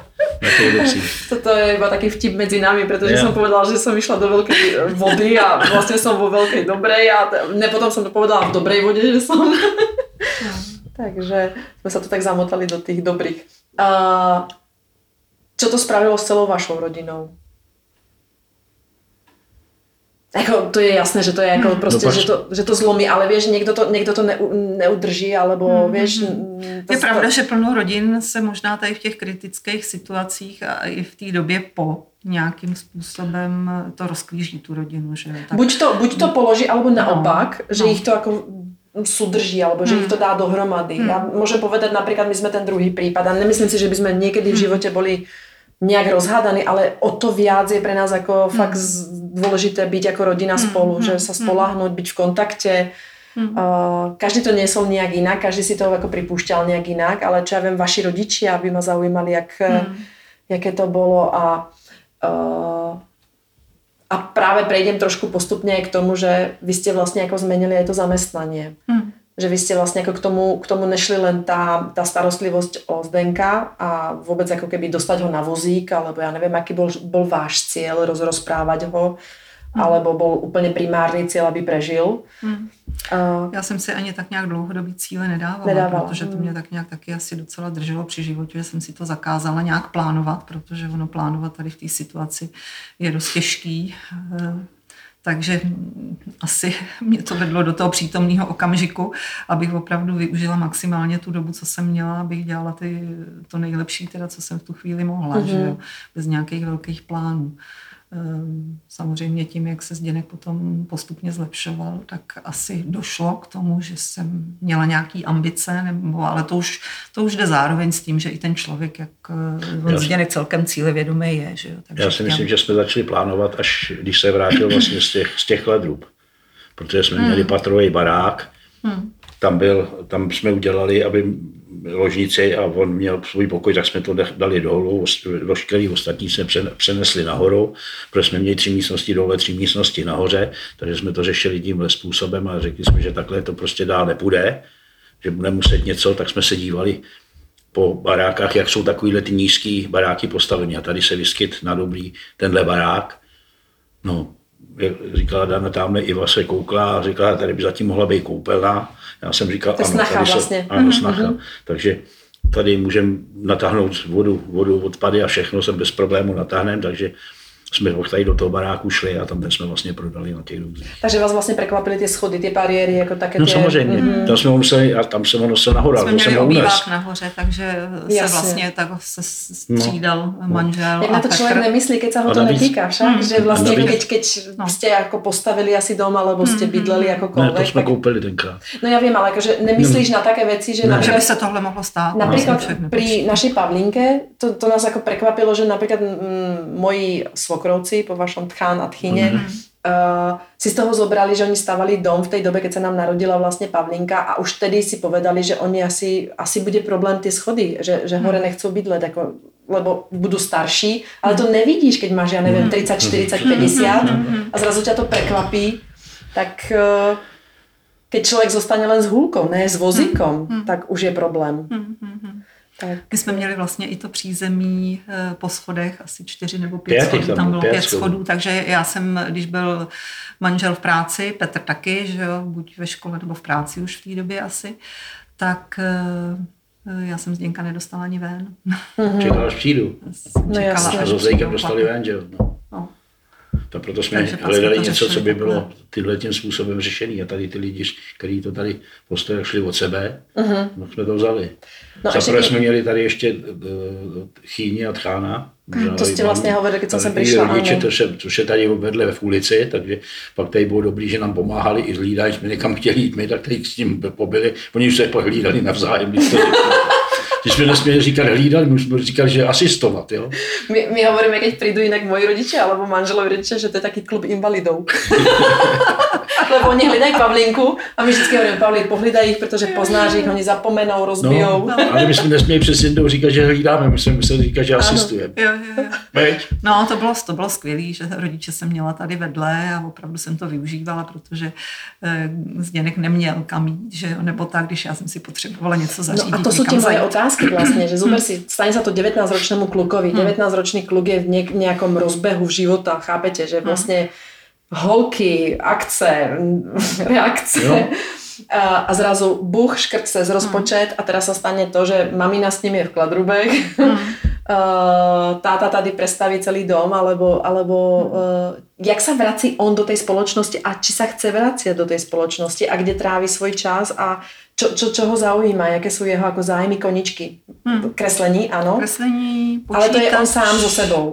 Toto je iba taký vtip medzi nami, pretože yeah. som povedala, že som išla do veľkej vody a vlastne som vo veľkej dobrej a ne, potom som to povedala v dobrej vode, že som. Yeah. Takže sme sa tu tak zamotali do tých dobrých. Uh, čo to spravilo s celou vašou rodinou? Jako, to je jasné, že to je jako prostě, no, že, to, že to zlomí, ale víš, někdo to, někdo to ne, neudrží, alebo mm-hmm. víš... Je pravda, že plno rodin se možná tady v těch kritických situacích a i v té době po nějakým způsobem to rozklíží tu rodinu. Že? Tak... Buď, to, buď to položí, alebo naopak, no, že no. ich to jako súdrží, alebo že hmm. ich to dá dohromady. Hmm. Ja môžem povedať, napríklad my sme ten druhý prípad a nemyslím si, že by sme niekedy v živote boli nejak rozhádaní, ale o to viac je pre nás ako hmm. fakt dôležité byť ako rodina hmm. spolu, hmm. že sa spoľahnúť, byť v kontakte. Hmm. Uh, každý to niesol nejak inak, každý si to ako pripúšťal nejak inak, ale čo ja viem, vaši rodičia by ma zaujímali, jak, hmm. jaké to bolo a uh, A práve prejdem trošku postupne k tomu, že vy ste vlastne ako zmenili aj to zamestnanie. Hmm. Že vy ste vlastne ako k tomu, k tomu nešli len tá, tá starostlivosť o Zdenka a vôbec ako keby dostať ho na vozík, alebo ja neviem, aký bol, bol váš cieľ, rozprávať ho, hmm. alebo bol úplne primárny cieľ, aby prežil. Hmm. Uh, Já jsem si ani tak nějak dlouhodobý cíle nedávala, nedávala. protože to mě tak nějak taky asi docela drželo při životě, že jsem si to zakázala nějak plánovat, protože ono plánovat tady v té situaci je dost těžký. Takže asi mě to vedlo do toho přítomného okamžiku, abych opravdu využila maximálně tu dobu, co jsem měla, abych dělala ty, to nejlepší, teda, co jsem v tu chvíli mohla, mm-hmm. že jo, bez nějakých velkých plánů. Samozřejmě tím, jak se Zdeněk potom postupně zlepšoval, tak asi došlo k tomu, že jsem měla nějaký ambice, nebo, ale to už, to už jde zároveň s tím, že i ten člověk, jak on Zdeněk celkem cílevědomý je. Že jo? Takže já si myslím, že jsme začali plánovat, až když se vrátil vlastně z těch, z těch ledrub, protože jsme hmm. měli patrový barák, hmm. tam, byl, tam jsme udělali, aby ložnici a on měl svůj pokoj, tak jsme to dali dolů, veškerý ostatní jsme přenesli nahoru, protože jsme měli tři místnosti dole, tři místnosti nahoře, takže jsme to řešili tímhle způsobem a řekli jsme, že takhle to prostě dál nepůjde, že budeme muset něco, tak jsme se dívali po barákách, jak jsou takovýhle ty nízký baráky postaveny a tady se vyskyt na dobrý tenhle barák. No, jak říkala Dana, tamhle Iva se koukla a říkala, tady by zatím mohla být koupelna. Já jsem říkal, ano, snacha tady vlastně. Se, ano, snacha. Mm-hmm. Takže tady můžeme natáhnout vodu, vodu, odpady a všechno se bez problému natáhneme, takže jsme tady do toho baráku šli a tam jsme vlastně prodali na těch různých. Takže vás vlastně překvapily ty schody, ty bariéry, jako také No ty... samozřejmě, mm-hmm. tam jsme ho museli, a tam jsem ho nosil nahoru. Jsme měli obývák nahoře, takže Jasně. se vlastně tak se střídal no. manžel. Jak na to člověk nemyslí, keď sa ho to navíc, netýká však, mm, že vlastně keď, keď no. ste jako postavili asi dom, alebo ste bydleli jakokoľvek. Ne, to jsme tak... koupili tenkrát. No já vím, ale jakože nemyslíš no. na také věci, že ne. Například... Že by se tohle mohlo stát. Například pri našej Pavlínke, to, to nás jako prekvapilo, že například m, moji svokrovci po vašom Tchán a Tchyne mm. uh, si z toho zobrali, že oni stavali dom v tej dobe, keď sa nám narodila vlastne Pavlínka a už tedy si povedali, že oni asi, asi bude problém tie schody, že, že hore nechcú bydlet, ako, lebo budú starší, ale to nevidíš, keď máš, ja neviem, tridsať, štyridsať, päťdesiat a zrazu ťa to prekvapí, tak uh, keď človek zostane len s hůlkou, ne s vozíkom, tak už je problém. Tak. My jsme měli vlastně i to přízemí po schodech, asi čtyři nebo pět, pět schodů, tam bylo pět, pět schodů. schodů, takže já jsem, když byl manžel v práci, Petr taky, že jo, buď ve škole nebo v práci už v té době asi, tak já jsem Zdenka nedostala ani ven. Mm-hmm. Čekala, až přijdu. No jasně. A s Zdenkem dostali ven, že jo. No. No. Tak proto jsme takže hledali něco, co by bylo tyhle tím způsobem řešený. A tady ty lidi, kteří to tady postavili, šli od sebe, uh-huh. no jsme to vzali. No Zaprvé jsme měli tady ještě uh, Chýni a Tchána. To jste vlastně hovorili, když jsem přišla. Rodiče, to se, což je tady vedle v ulici, takže pak tady bylo dobrý, že nám pomáhali i hlídali, jsme někam chtěli jít my, tak tady s tím pobyli. Oni už se pohlídali navzájem, když to Když jsme nesměli říkat hlídat, my jsme říkali, že asistovat, jo. My, my hovoríme, keď prídu inak moji rodiče alebo manželovi rodiče, že to je taký klub invalidov. Lebo oni hledají Pavlínku a my vždycky hovoríme, Pavlín, pohlídaj ich, protože poznáš ich, oni zapomenou, rozbijou. No, ale my jsme nesměli přes jednou říkat, že hlídáme, my jsme museli říkat, že asistujeme. Jo, jo, jo. No, to bylo, to bylo skvělé, že rodiče jsem měla tady vedle a opravdu jsem to využívala, protože eh, Zdeněk neměl kam jít, že jo, nebo tak, když já jsem si potřebovala něco zařídit. No a to jsou ti moje otázky vlastně, že zober si, stane sa to devätnásťročnému klukovi, devätnásťročný kluk je v nejakom rozbehu života, chápete, že vlastne holky, akce, reakce a, a zrazu buch, škrt se z rozpočet a teraz sa stane to, že mamina s ním je v Kladrubech, táta tady prestaví celý dom, alebo, alebo jak sa vrací on do tej spoločnosti a či sa chce vraciať do tej spoločnosti a kde tráví svoj čas a Čo, čo, čo ho zaujíma, jaké sú jeho ako zájmy, koničky? Hmm. Kreslení, áno. Kreslení, počítač. Ale to je on sám so sebou.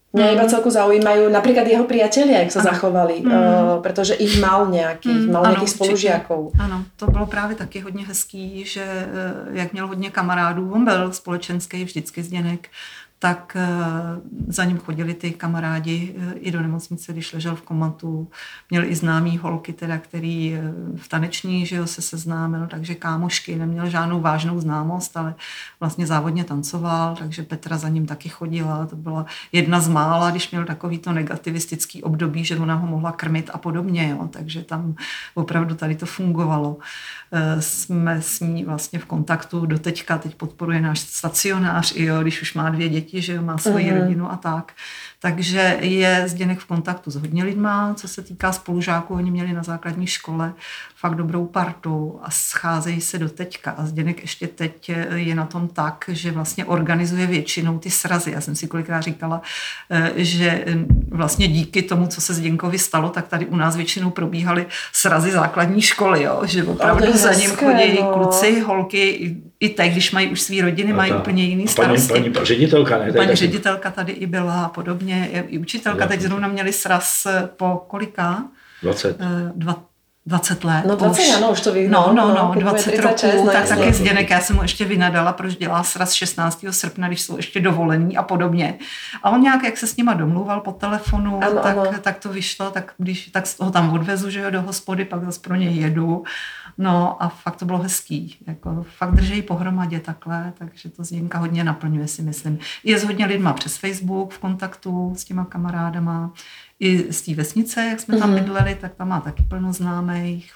Mňa mm. iba celku zaujímajú napríklad jeho priatelia, jak sa ano. zachovali, Mm. uh, protože ich mal nejakých, Mm, mal ano, nejakých spolužiakov. Ano, to bylo právě taky hodně hezký, že jak měl hodně kamarádů, on byl společenský vždycky Zdeněk, tak za ním chodili ty kamarádi i do nemocnice, když ležel v komatu. Měl i známý holky, teda, který v taneční, že jo, se seznámil, takže kámošky, neměl žádnou vážnou známost, ale vlastně závodně tancoval, takže Petra za ním taky chodila. To byla jedna z mála, když měl takovýto negativistický období, že ona ho mohla krmit a podobně, jo, takže tam opravdu tady to fungovalo. Jsme s ní vlastně v kontaktu do teďka, teď podporuje náš stacionář, i jo, když už má dvě děti, že jo, má svoji mm. rodinu a tak. Takže je Zdeněk v kontaktu s hodně lidma, co se týká spolužáků, oni měli na základní škole fakt dobrou partu a scházejí se do teďka. A Zdeněk ještě teď je na tom tak, že vlastně organizuje většinou ty srazy. Já jsem si kolikrát říkala, že vlastně díky tomu, co se Zdeňkovi stalo, tak tady u nás většinou probíhaly srazy základní školy, jo? Že opravdu za ním chodí no. kluci, holky, i teď, když mají už svý rodiny, mají úplně jiný starosti. Paní, paní ředitelka, ne? Paní ředitelka tady i byla a podobně. I učitelka, teď zrovna měli sraz po kolika? dvacet. Dva, dvacet let. No dvacet, už. ano, už to vím. No, no, no, dvacet roků, no, tak taky Zdeněk, já jsem mu ještě vynadala, proč dělá sraz šestnáctého srpna, když jsou ještě dovolení a podobně. A on nějak, jak se s nima domluval po telefonu, ano, tak, ano. tak to vyšlo, tak, když, tak ho tam odvezu, že jo, do hospody, pak zase pro něj jedu. No a fakt to bylo hezký. Jako, fakt držejí pohromadě takhle, takže to Zdenka hodně naplňuje, si myslím. Je s hodně lidma přes Facebook v kontaktu s těma kamarádama. I z té vesnice, jak jsme tam bydleli, tak tam má taky plno známých.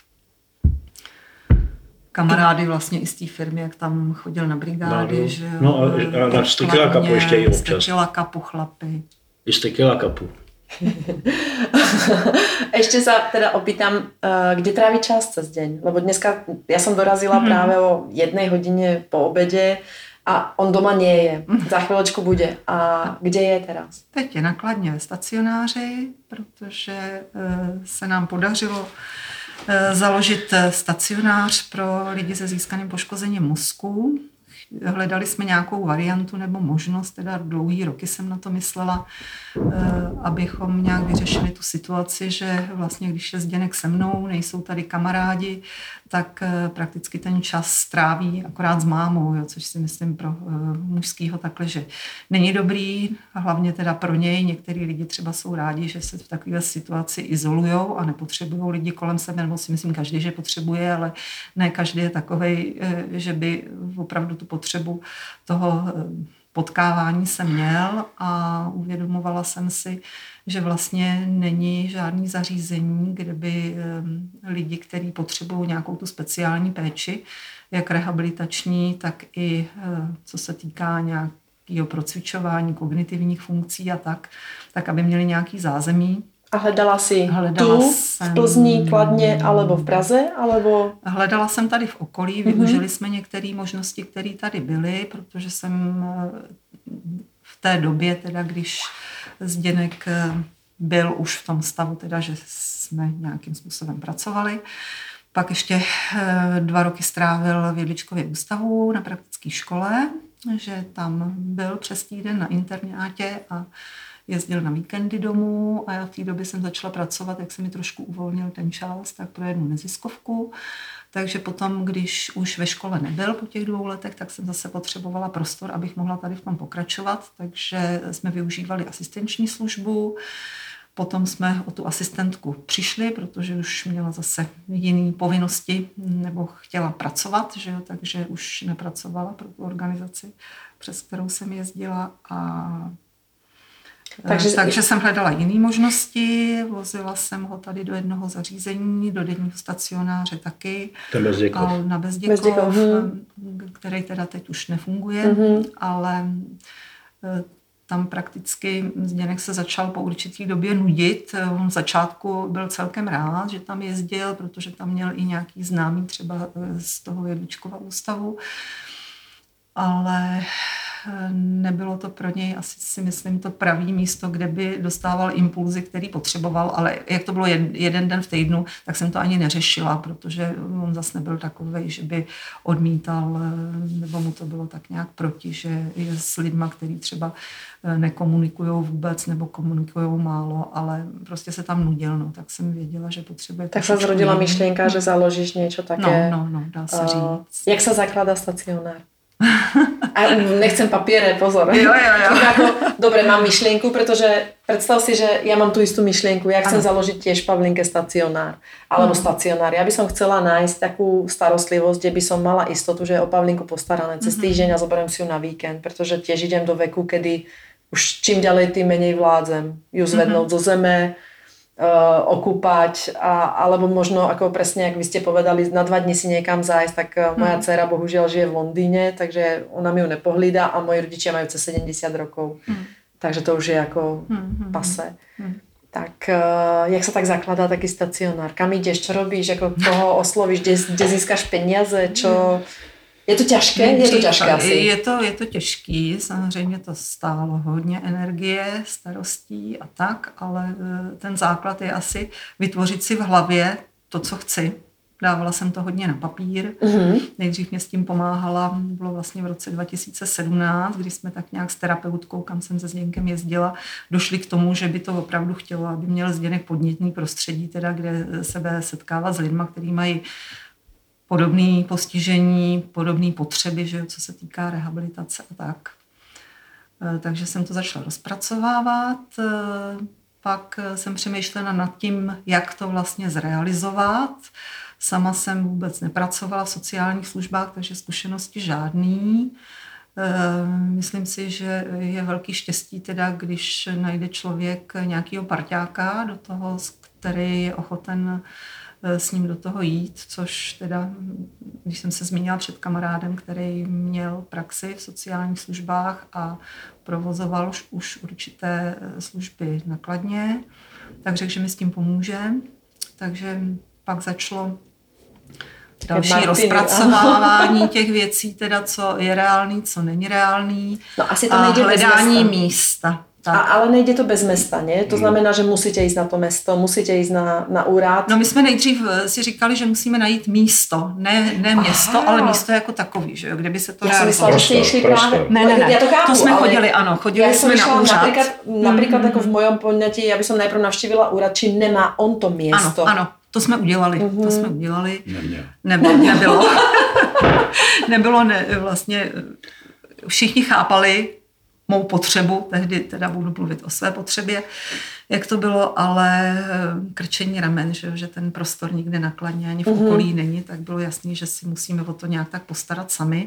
Kamarády vlastně i z té firmy, jak tam chodil na brigády, no, že jo. No a, a na Tequila Cupu ještě i občas. Tequila Cupu chlapy. I z Tequila Cupu. Ešte sa teda opýtam, kde tráví čas cez deň? Lebo dneska ja som dorazila mm-hmm. práve o jednej hodine po obede a on doma nie je. Za chvíľočku bude. A kde je teraz? Teď je nakladně ve stacionáři, protože se nám podařilo založit stacionář pro lidi se získaným poškozením mozku. Hledali jsme nějakou variantu nebo možnost, teda dlouhý roky jsem na to myslela, abychom nějak vyřešili tu situaci, že vlastně když je Zdeněk se mnou, nejsou tady kamarádi, tak prakticky ten čas stráví akorát s mámou, jo, což si myslím pro mužskýho takhle, že není dobrý, a hlavně teda pro něj. Některý lidi třeba jsou rádi, že se v takové situaci izolujou a nepotřebují lidi kolem sebe, nebo si myslím každý, že potřebuje, ale ne každý je takovej, že by opravdu tu potřebu toho potkávání jsem měl a uvědomovala jsem si, že vlastně není žádný zařízení, kde by lidi, kteří potřebují nějakou tu speciální péči, jak rehabilitační, tak i co se týká nějakého procvičování, kognitivních funkcí a tak, tak aby měli nějaký zázemí. A hledala si hledala tu jsem, v Plzni, Kladně, alebo v Praze? Alebo... Hledala jsem tady v okolí, využili mm-hmm. jsme některé možnosti, které tady byly, protože jsem v té době, teda, když Zdeněk byl už v tom stavu, teda, že jsme nějakým způsobem pracovali. Pak ještě dva roky strávil v Jedličkově ústavu na praktické škole, že tam byl přes týden na internátě a jezdil na víkendy domů a já v té době jsem začala pracovat, jak se mi trošku uvolnil ten čas, tak pro jednu neziskovku. Takže potom, když už ve škole nebyl po těch dvou letech, tak jsem zase potřebovala prostor, abych mohla tady v tom pokračovat. Takže jsme využívali asistenční službu. Potom jsme o tu asistentku přišli, protože už měla zase jiné povinnosti nebo chtěla pracovat, že jo? Takže už nepracovala pro tu organizaci, přes kterou jsem jezdila a Takže, Takže jsem hledala jiné možnosti, vozila jsem ho tady do jednoho zařízení, do denního stacionáře taky. Bezděkov. Na Bezděkov, Bezděkov, který teda teď už nefunguje, mm-hmm. ale tam prakticky Zdeněk se začal po určitý době nudit. On v začátku byl celkem rád, že tam jezdil, protože tam měl i nějaký známý třeba z toho Jedličkova ústavu, ale nebylo to pro něj asi si myslím to pravý místo, kde by dostával impulzy, který potřeboval, ale jak to bylo jeden den v týdnu, tak jsem to ani neřešila, protože on zase nebyl takovej, že by odmítal, nebo mu to bylo tak nějak proti, že je s lidma, který třeba nekomunikují vůbec nebo komunikují málo, ale prostě se tam nudil, no, tak jsem věděla, že potřebuje. Tak se zrodila myšlienka, že založíš něco také. No, no, no, dá se říct. Uh, jak se zakládá stacionár? A nechcem papiere, pozor. Jo, jo, jo. Ako, dobre, mám myšlienku, pretože predstav si, že ja mám tú istú myšlienku. Ja chcem ano. založiť tiež v Pavlinke stacionár. Alebo mm. stacionár. Ja by som chcela nájsť takú starostlivosť, kde by som mala istotu, že je o Pavlinku postarané cez týždeň a zoberiem si ju na víkend. Pretože tiež idem do veku, kedy už čím ďalej, tým menej vládzem. Ju zvednúť mm-hmm. zo zeme, Uh, okúpať, a, alebo možno, ako presne, jak vy ste povedali, na dva dni si niekam zájsť, tak uh, moja mm. dcera bohužiaľ žije v Londýne, takže ona mi ju nepohlída a moji rodičia majú cez sedemdesiat rokov. Mm. Takže to už je ako mm. pase. Mm. Tak uh, jak sa tak zakladá taký stacionár? Kam ideš? Čo robíš? Ako koho oslovíš? Kde, kde získaš peniaze? Čo... Je to těžké? Je to těžké asi. Je to, je to těžký, samozřejmě to stálo hodně energie, starostí a tak, ale ten základ je asi vytvořit si v hlavě to, co chci. Dávala jsem to hodně na papír. Mm-hmm. Nejdřív mě s tím pomáhala, bylo vlastně v roce dva tisíce sedmnáct, kdy jsme tak nějak s terapeutkou, kam jsem se Zděňkem jezdila, došli k tomu, že by to opravdu chtělo, aby měl Zděněk podnětný prostředí, teda, kde se bude setkávat s lidma, kteří mají podobné postižení, podobné potřeby, že jo, co se týká rehabilitace a tak. Takže jsem to začala rozpracovávat. Pak jsem přemýšlela nad tím, jak to vlastně zrealizovat. Sama jsem vůbec nepracovala v sociálních službách, takže zkušenosti žádný. Myslím si, že je velký štěstí, teda, když najde člověk nějakého parťáka do toho, který je ochoten s ním do toho jít, což teda, když jsem se zmínila před kamarádem, který měl praxi v sociálních službách a provozoval už, už určité služby na Kladně, tak řekl, že mi s tím pomůže. Takže pak začalo další Martin, rozpracovávání těch věcí, teda co je reálný, co není reálný, no, asi to a nejde hledání místa. A, ale nejde to bez mesta, nie? To znamená, že musíte jít na to mesto, musíte jít na, na úrad. No my jsme nejdřív si říkali, že musíme najít místo, ne, ne město, Aha. ale místo jako takový, že jo, kde by se to realizovalo. Já si myslela, že jste išli právě. Ne, ne, ne, ja to, chápu, to jsme ale chodili, ano, chodili ja jsme na úřad. Napríklad, napríklad mm. ako v mojom poňatí, ja by som najprv navštívila úrad, či nemá on to miesto. Ano, ano, to jsme udělali, mm-hmm. to jsme udělali. Neměl. Nebylo, nebylo. nebylo, ne, vlastně všichni chápali mou potřebu, tehdy teda budu mluvit o své potřebě, jak to bylo, ale krčení ramen, že, že ten prostor nikde na Kladně ani v okolí mm-hmm. není, tak bylo jasný, že si musíme o to nějak tak postarat sami.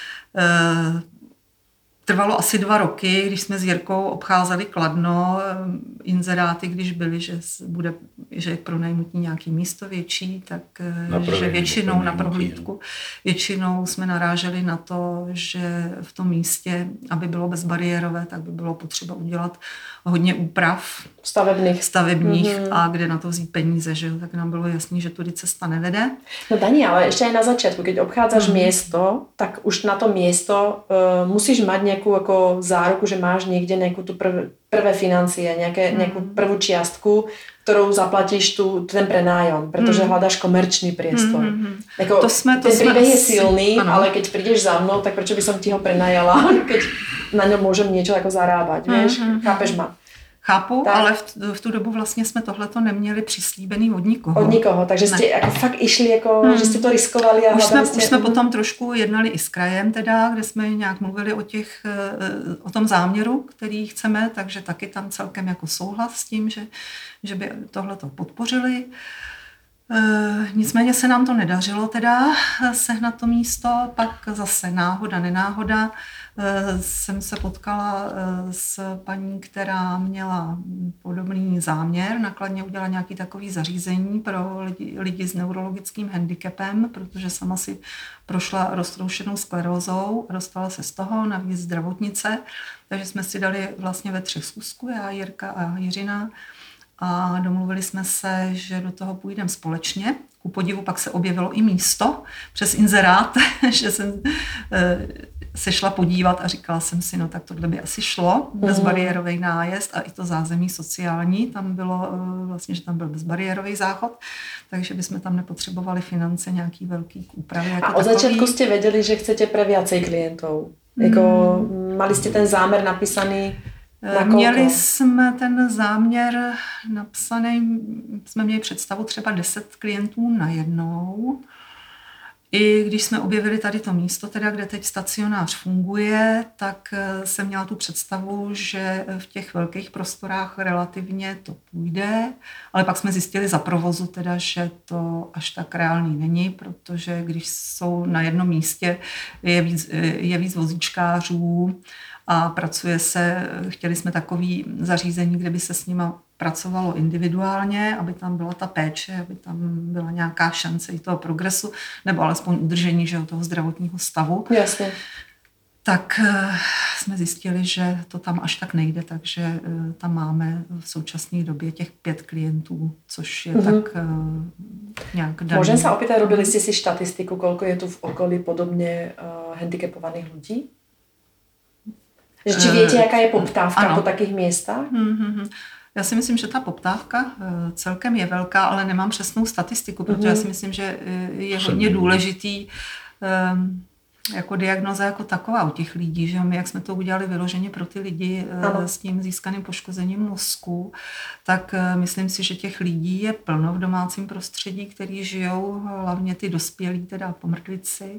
Trvalo asi dva roky, když jsme s Jirkou obcházeli Kladno, inzeráty, když byly, že bude, že je pronajmutí nějaký místo větší, tak že většinou na prohlídku, většinou jsme naráželi na to, že v tom místě, aby bylo bezbariérové, tak by bylo potřeba udělat hodně úprav stavebných, stavebních mm-hmm. a kde na to vzít peníze, že tak nám bylo jasný, že tudy cesta nevede. No Dani, ale ešte aj na začiatku, keď obchádzaš mm-hmm. miesto, tak už na to miesto uh, musíš mať nejakú ako záruku, že máš niekde nejakú tu prv, prvé financie, nejaké, mm-hmm. nejakú prvú čiastku, ktorou zaplatíš tu, ten prenájom, pretože mm-hmm. hľadáš komerčný priestor. Mm-hmm. Jako, to sme, to ten príbeh je silný, ano. Ale keď prídeš za mnou, tak prečo by som ti ho prenajala, keď na ňom môžem niečo ako zarábať, mm-hmm. vieš? Chápeš ma? Chápu, tak. Ale v, v tu dobu vlastně jsme tohleto neměli přislíbený od nikoho. Od nikoho, takže jste jako fakt išli, jako, hmm. že jste to riskovali. A už jsme, jste... už jsme potom trošku jednali i s krajem teda, kde jsme nějak mluvili o, těch, o tom záměru, který chceme, takže taky tam celkem jako souhlas s tím, že, že by tohleto podpořili. E, nicméně se nám to nedařilo teda sehnat to místo, pak zase náhoda, nenáhoda. E, jsem se potkala s paní, která měla podobný záměr, nakladně udělala nějaký takový zařízení pro lidi, lidi s neurologickým handicapem, protože sama si prošla roztroušenou sklerózou a dostala se z toho, navíc zdravotnice, takže jsme si dali vlastně ve třech schůzku, já, Jirka a Jiřina, a domluvili jsme se, že do toho půjdeme společně. Ku podivu pak se objevilo i místo přes inzerát, že jsem se šla podívat a říkala jsem si, no tak tohle by asi šlo, bezbariérový nájezd a i to zázemí sociální, tam bylo vlastně, že tam byl bezbariérový záchod, takže bychom tam nepotřebovali finance nějaký velký úpravy. Jako a od takový. začiatku ste vedeli, že chcete pre viacej klientov? Jako, mm. Mali jste ten záměr napísaný na kolko? Měli jsme ten záměr napsaný, jsme měli představu třeba deset klientů najednou. I když jsme objevili tady to místo, teda, kde teď stacionář funguje, tak jsem měla tu představu, že v těch velkých prostorách relativně to půjde, ale pak jsme zjistili za provozu, teda, že to až tak reálný není, protože když jsou na jednom místě, je víc, je víc vozíčkářů a pracuje se, chtěli jsme takový zařízení, kde by se s nima pracovalo individuálně, aby tam byla ta péče, aby tam byla nějaká šance i toho progresu, nebo alespoň udržení, že, toho zdravotního stavu. Jasně. Tak jsme zjistili, že to tam až tak nejde, takže tam máme v současné době těch pět klientů, což je mm-hmm. tak nějak daný. Môžem sa opýtať, robili ste si štatistiku, koľko je tu v okolí podobne uh, handicapovaných ľudí? Či viete, jaká je poptávka uh, po takých miestach? Mm-hmm. Já si myslím, že ta poptávka celkem je velká, ale nemám přesnou statistiku, protože mm-hmm. já si myslím, že je hodně důležitý um, jako diagnoza jako taková u těch lidí, že my, jak jsme to udělali vyloženě pro ty lidi ano. s tím získaným poškozením mozku, tak myslím si, že těch lidí je plno v domácím prostředí, který žijou, hlavně ty dospělí, teda pomrtvici,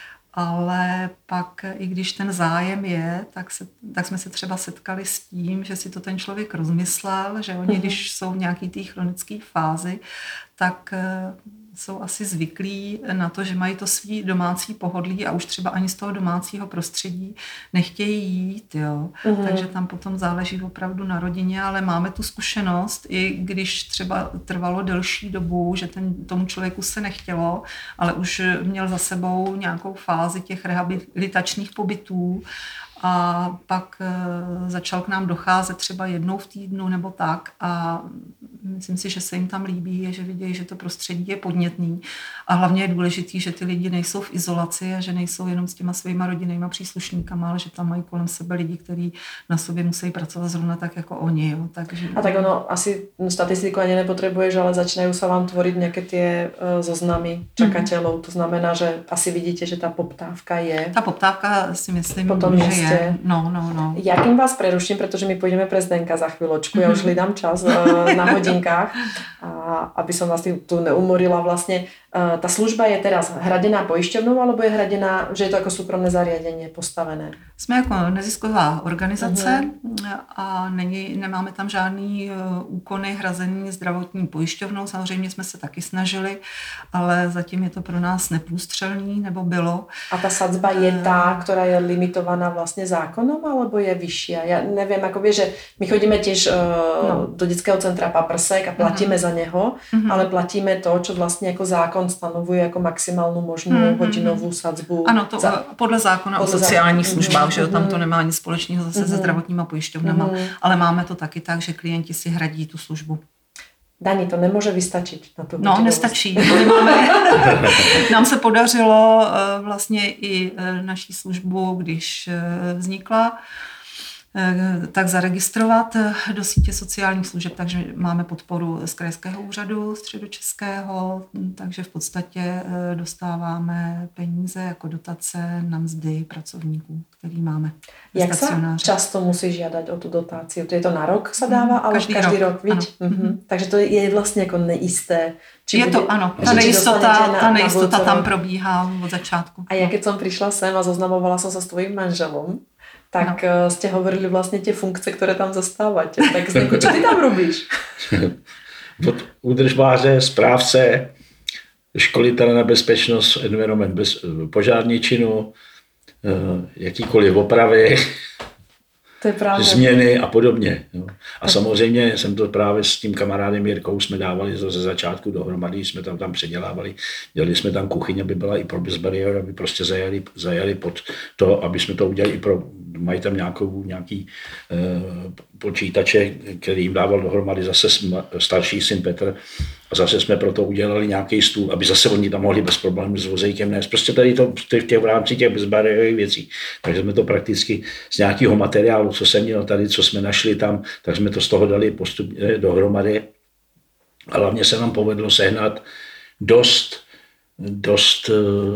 ale pak, i když ten zájem je, tak, se, tak jsme se třeba setkali s tím, že si to ten člověk rozmyslel, že oni, když jsou v nějaký té chronické fázi, tak jsou asi zvyklí na to, že mají to svý domácí pohodlí a už třeba ani z toho domácího prostředí nechtějí jít. Jo. Mm. Takže tam potom záleží opravdu na rodině, ale máme tu zkušenost, i když třeba trvalo delší dobu, že ten, tomu člověku se nechtělo, ale už měl za sebou nějakou fázi těch rehabilitačních pobytů a pak e, začal k nám docházet třeba jednou v týdnu nebo tak a myslím si, že se jim tam líbí, že vidějí, že to prostředí je podnětný a hlavně je důležitý, že ty lidi nejsou v izolaci a že nejsou jenom s těma svýma rodinnýma příslušníkama, ale že tam mají kolem sebe lidi, kteří na sobě musí pracovat zrovna tak jako oni. Jo. Takže... A tak ono asi statistiku ani nepotrebuješ, ale začínají se vám tvořit nějaké ty uh, zoznamy čakatelů. Mm-hmm. To znamená, že asi vidíte, že ta poptávka je. Ta poptávka si myslím, že je. No, no, no. Ja kým vás preruším, pretože my pôjdeme pre Zdenka za chvíľočku, ja už hľadám čas uh, na hodinkách, a aby som vás tu neumorila vlastne. Uh, tá služba je teraz hradená pojišťovnou, alebo je hradená, že je to ako súkromné zariadenie postavené? Jsme jako nezisková organizace uh-huh. a není, nemáme tam žádný uh, úkony hrazený zdravotní pojišťovnou. Samozřejmě jsme se taky snažili, ale zatím je to pro nás neprůstřelný, nebo bylo. A ta sadzba je tá, ktorá je limitovaná vlastne zákonom, alebo je vyššia? Ja neviem, ako vie, že my chodíme tiež uh, no. do detského centra Paprsek a platíme uh-huh. za neho, uh-huh. ale platíme to, čo vlastne ako zákon stanovuje jako maximálnu možnou mm-hmm. hodinovou sadzbu. Ano, to za, podle zákona podle o sociálních zákon. službách, mm-hmm. že jo, tam to nemá nic společného zase mm-hmm. se zdravotníma pojišťovnama, mm-hmm. ale máme to taky tak, že klienti si hradí tu službu. Dani, to nemůže vystačit na to. No, nestačí. Máme, nám se podařilo vlastně i naší službu, když vznikla, tak zaregistrovat do sítě sociálních služeb, takže máme podporu z krajského úřadu středočeského, takže v podstatě dostáváme peníze jako dotace na mzdy pracovníků, který máme. Jak se často musí žádat o tu dotaci? To je to na rok se dává, ale každý, každý rok, rok mhm. Takže to je vlastně jako nejisté. Či je bude, to, ano, ta nejistota, na, ta nejistota tam probíhá od začátku. A jak jsem přišla sem a zoznamovala jsem se s tvojím manželom, tak no. ste hovorili vlastně tie funkce, které tam zastáváte. Tak Zdenko, čo ty tam robíš? Od údržbáře, správce, školitele na bezpečnost, environment, bez, požární činu, jakýkoliv opravy, to je právě. Změny a podobně. Jo. A tak. Samozřejmě jsem to právě s tím kamarádem Jirkou jsme dávali ze začátku dohromady, jsme tam tam předělávali, dělali jsme tam kuchyň, aby byla i pro bezbariér, aby prostě zajeli, zajeli pod to, aby jsme to udělali i pro, mají tam nějakou, nějaký eh, počítače, který jim dával dohromady zase starší syn Petr, A zase jsme proto udělali nějaký stůl, aby zase oni tam mohli bez problémů s vozejkem nést. Prostě tady to v, těch, v rámci těch bezbariérových věcí. Takže jsme to prakticky z nějakého materiálu, co jsem měl tady, co jsme našli tam, tak jsme to z toho dali postupně dohromady. A hlavně se nám povedlo sehnat dost, dost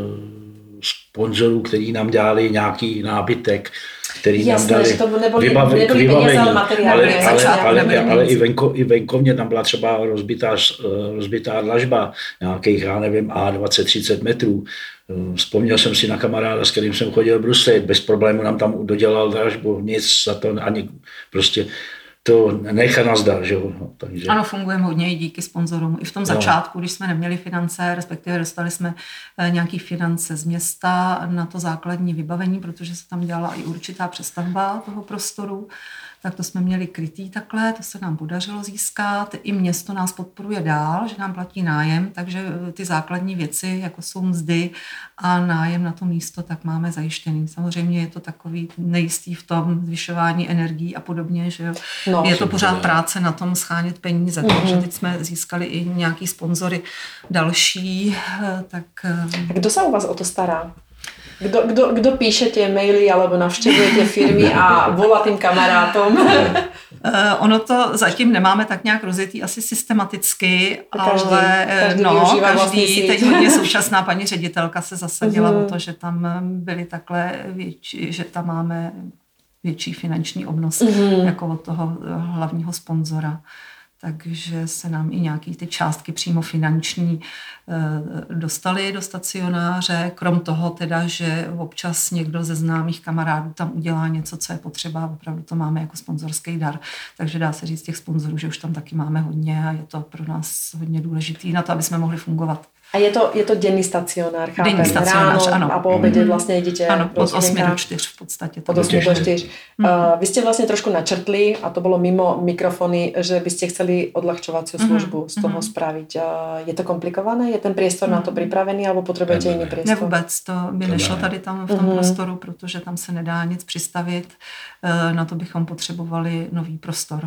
sponzorů, kteří nám dělali nějaký nábytek, který Jasné, nám dali že to nebyly, vybave, nebyly peněze, ale materiály. Ale, ale, ale, ale, ale i, venko, i venkovně tam byla třeba rozbitá, rozbitá dlažba nějakých, já nevím, A dvacet třicet metrů. Vzpomněl jsem si na kamaráda, s kterým jsem chodil bruslit, bez problému nám tam dodělal dlažbu, nic za to ani prostě to nechá nazdar, že jo. No, takže... Ano, fungujeme hodně i díky sponzorům. I v tom začátku, no. Když jsme neměli finance, respektive dostali jsme nějaký finance z města na to základní vybavení, protože se tam dělala i určitá přestavba toho prostoru, tak to jsme měli krytý takhle, to se nám podařilo získat. I město nás podporuje dál, že nám platí nájem, takže ty základní věci, jako jsou mzdy a nájem na to místo, tak máme zajištěný. Samozřejmě je to takový nejistý v tom zvyšování energií a podobně, že jo. No, je to pořád práce na tom schánět peníze, mm-hmm. takže teď jsme získali i nějaký sponzory další. Tak... Kdo se u vás o to stará? Kdo, kdo, kdo píše tie maily alebo navštěvujete firmy a volá tým kamarátom? Ono to zatím nemáme tak nějak rozjetý asi systematicky, každý, ale každý, no, každý teď hodně současná paní ředitelka se zasadila mm. o to, že tam byly takhle větší, že tam máme větší finanční obnos mm. jako od toho hlavního sponzora. Takže se nám i nějaký ty částky přímo finanční e, dostaly do stacionáře. Krom toho teda, že občas někdo ze známých kamarádů tam udělá něco, co je potřeba. Opravdu to máme jako sponzorský dar. Takže dá se říct těch sponzorů, že už tam taky máme hodně a je to pro nás hodně důležitý na to, aby jsme mohli fungovat. A je to, je to denní stacionár, chápem? Denní stacionář, ráno ano. A po obědě vlastně jdete... Ano, od osmi do čtyř v podstatě. Od osmi do čtyř. Mm. Uh, vy ste vlastne trošku načrtli, a to bolo mimo mikrofony, že by ste chceli odľahčovaciu službu mm. z toho mm. spraviť. Uh, je to komplikované? Je ten priestor mm. na to pripravený, alebo potrebujete ne, iný priestor? Ne vůbec, to by nešlo tady tam v tom mm. prostoru, protože tam se nedá nic přistavit. Uh, na to bychom potřebovali nový prostor.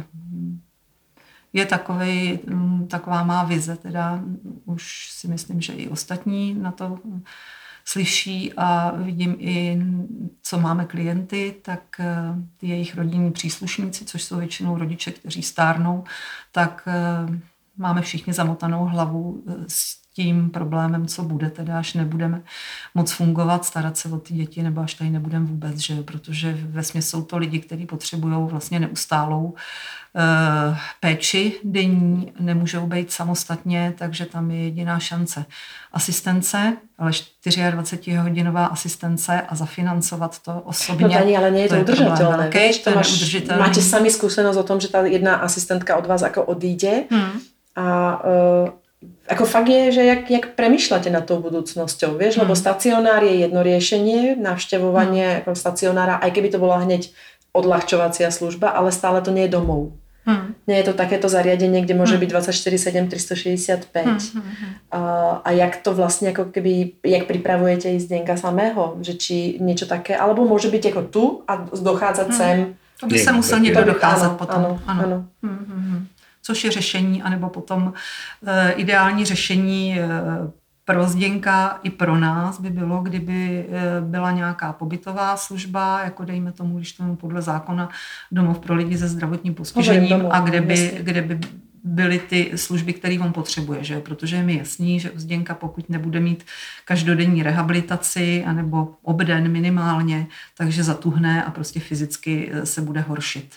Je takovej, taková má vize, teda už si myslím, že i ostatní na to slyší a vidím i, co máme klienty, tak ty jejich rodinní příslušníci, což jsou většinou rodiče, kteří stárnou, tak máme všichni zamotanou hlavu s tím problémem, co bude, teda až nebudeme moc fungovat, starat se o ty děti, nebo až tady nebudeme vůbec, že? Protože vesměs jsou to lidi, kteří potřebují vlastně neustálou e, péči denní, nemůžou být samostatně, takže tam je jediná šance. Asistence, ale dvacetičtyřhodinová asistence a zafinancovat to osobně. No Dani, ale nie je to, to udržateľné. Okay, to máš, máte sami skúsenosť o tom, že tá jedna asistentka od vás ako odíde hmm. a uh, ako fakt je, že jak, jak premýšľate nad tou budúcnosťou, vieš, hmm. lebo stacionár je jedno riešenie, navštevovanie hmm. ako stacionára, aj keby to bola hneď odľahčovacia služba, ale stále to nie je domov. Hmm. Nie je to takéto zariadenie, kde môže hmm. byť dvadsaťštyri sedem tristošesťdesiatpäť. Hmm. A, a jak to vlastne ako keby, jak pripravujete ísť Zdenka samého, že či niečo také, alebo môže byť ako tu a dochádzať hmm. sem. To by sa musel niekto docházať áno, potom. Áno, áno. áno. Hmm, hmm, hmm. Což je řešení, anebo potom e, ideální řešení e, pro Zděnka i pro nás by bylo, kdyby e, byla nějaká pobytová služba, jako dejme tomu, když tomu podle zákona domov pro lidi se zdravotním postižením domov, a kde by, kde by byly ty služby, které on potřebuje, že? Protože je mi jasný, že u Zděnka, pokud nebude mít každodenní rehabilitaci anebo obden minimálně, takže zatuhne a prostě fyzicky se bude horšit.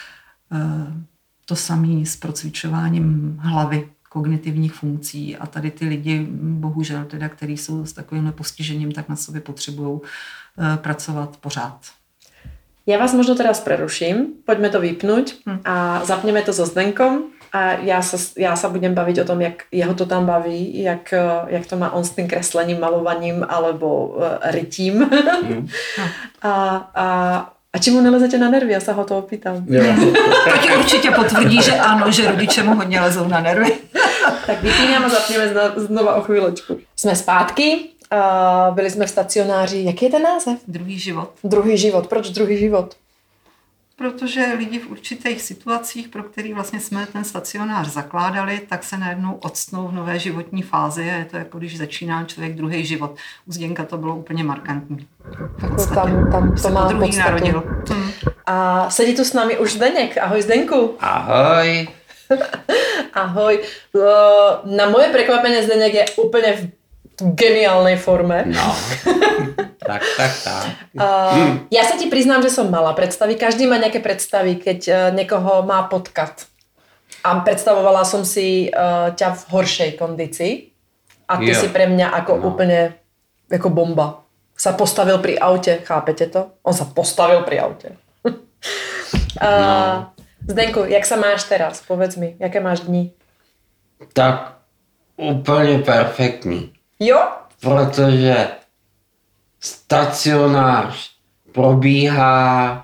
E, To samé s procvičováním hlavy, kognitivních funkcí a tady ty lidi, bohužel teda, kteří jsou s takovým postižením, tak na sobě potřebují uh, pracovat pořád. Já vás možno teraz preruším, pojďme to vypnout hm. a zapneme to so Zdenkom a já sa, já sa budem baviť o tom, jak jeho to tam baví, jak, jak to má on s tým kreslením, malovaním alebo uh, rytím. Hm. a, a A či mu nelezete na nervy? Já se ho to opýtam. Taky určitě potvrdí, že ano, že rodiče mu hodně lezou na nervy. Tak vypínám a zapněme znova o chvíľočku. Jsme zpátky, uh, byli jsme v stacionáři. Jaký je ten název? Druhý život. Druhý život. Proč druhý život? protože lidi v určitých situacích, pro který vlastně jsme ten stacionář zakládali, tak se najednou odstnou v nové životní fázi a je to jako když začíná člověk druhý život. U Zděňka to bylo úplně markantní. Jako tam, tam to má druhý podstatu. narodil. Hmm. A sedí tu s námi už Zdeněk. Ahoj Zdeňku. Ahoj. Ahoj. Na moje prekvapenie Zdeněk je úplně v geniálnej forme. No, tak, tak, tak. Uh, ja sa ti priznám, že som mala predstavy. Každý má nejaké predstavy, keď uh, niekoho má potkat. A predstavovala som si uh, ťa v horšej kondícii. A ty Jo. si pre mňa ako No. úplne ako bomba. Sa postavil pri aute, chápete to? On sa postavil pri aute. uh, No. Zdenku, jak sa máš teraz? Povedz mi, jaké máš dní? Tak úplně perfektní, Jo? protože stacionář probíhá,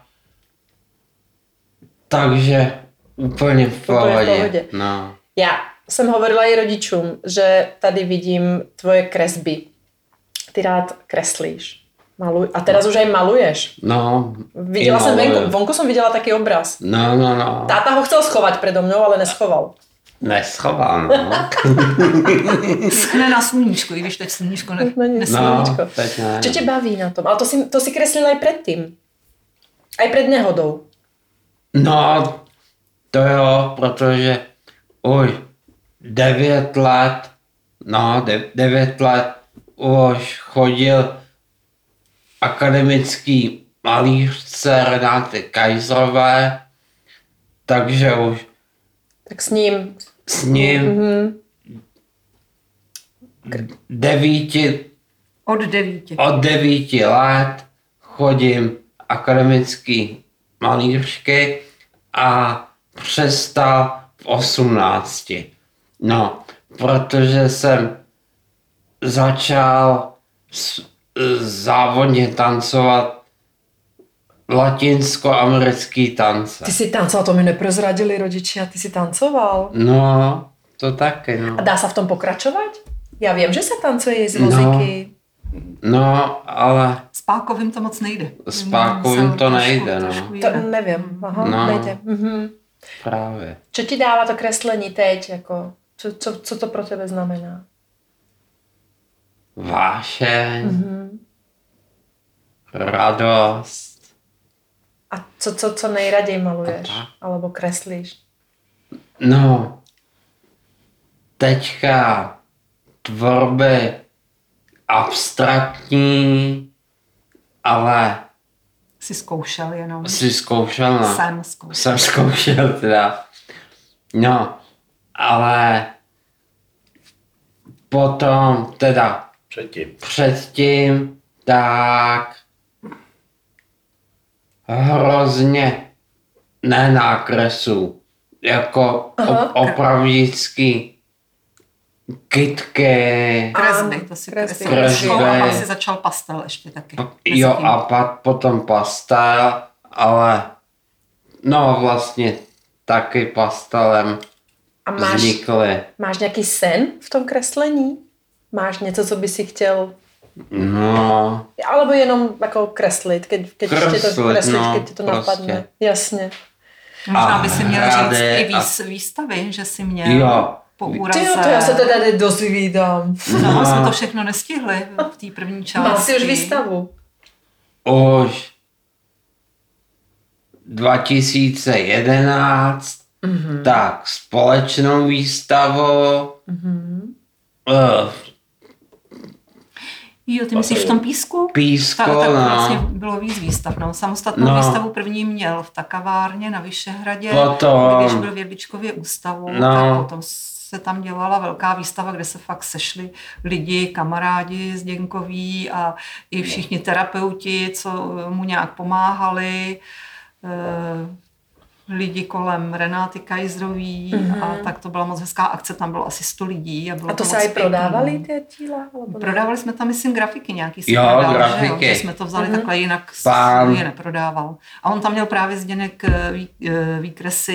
takže úplně v Úplně v pohodě. pohodě. No. Ja som hovorila aj rodičům, že tady vidím tvoje kresby. Ty rád kreslíš. Maluj. A teraz už aj maluješ. No, Videla i som maluju. venku, vonku som videla taký obraz. No, no, no. Táta ho chcel schovať predo mnou, ale neschoval. Neschoval, no. Schne na sluníčku, i když teď sluníčko ne, Není No, sluníčko. teď ne. Čo ťa baví na tom? Ale to si, to si kreslil aj predtým. Aj pred nehodou. No, to jo, protože už devět let, no, de, devět let už chodil akademický malířce Renáty Kajzrové, takže už Tak s ním. s ním Mm-hmm. devíti, od devíti. od devíti let chodím akademický malířky a přestal v osmnácti. No, protože jsem začal s, závodně tancovat latinsko-americký tance. Ty si tancoval, to mi neprozradili rodičia, ty si tancoval. No, to taky, no. A dá sa v tom pokračovať? Ja viem, že sa tancuje z voziky. No, ale S Pákovým to moc nejde. S Pákovým Musel to trošku- nejde, no. trošku To jinak. neviem. Aha, No. nejde. Mhm. právě. Čo ti dáva to kreslení teď? Jako, co, co, co to pro tebe znamená? Vášeň, Mhm. radost. A co, co, co nejraději maluješ? Aha. Alebo kreslíš? No, teďka tvorby abstraktní, ale Si zkoušel jenom. si zkoušel, no. Jsem zkoušel. Jsem zkoušel teda. No, ale potom teda Předtím. předtím tak hrozně ne nákresů, jako Aha. op- opravdický kytky, Kresby, to si Kresby. kreslil. Kresby. A pak si začal pastel ještě taky. jo Mezitím. a pak potom pastel, ale no vlastně taky pastelem A máš, vznikly. máš nějaký sen v tom kreslení? Máš něco, co by si chtěl? No, Alebo jenom jako kreslit, keď, keď tě to, Kreslit, kreslit, no, keď tě to prostě. napadne. Jasně. Možná a by si měl hrady říct i a- výs, výstavy, že si měl Jo. po Ty úraze. jo, to já se teda dozvídám. No, No. jsme to všechno nestihli v té první části. Má si už výstavu. už dva tisíce jedenáct, Mhm. tak společnou výstavu, Mhm. uh, Jo, ty myslíš v tom písku? Písku, Ta, tak no. vlastně bylo víc výstav. No. Samostatnou No. výstavu první měl v Takavárně na Vyšehradě, Potom- když byl v Jedličkově ústavu, No. tak potom se tam dělala velká výstava, kde se fakt sešli lidi, kamarádi Zděnkoví a i všichni terapeuti, co mu nějak pomáhali, eh, lidi kolem Renáty Kajzrový Mhm. a tak to byla moc hezká akce, tam bylo asi sto lidí. A, bylo A to moc se aj pěkný. prodávali ty díla? alebo ne? Prodávali jsme tam, myslím, grafiky nějaký. se Jo, prodal, grafiky. Že, jo? Že jsme to vzali Mhm. takhle, jinak Pán. je neprodával. A on tam měl právě Zděněk eh, vý, eh, výkresy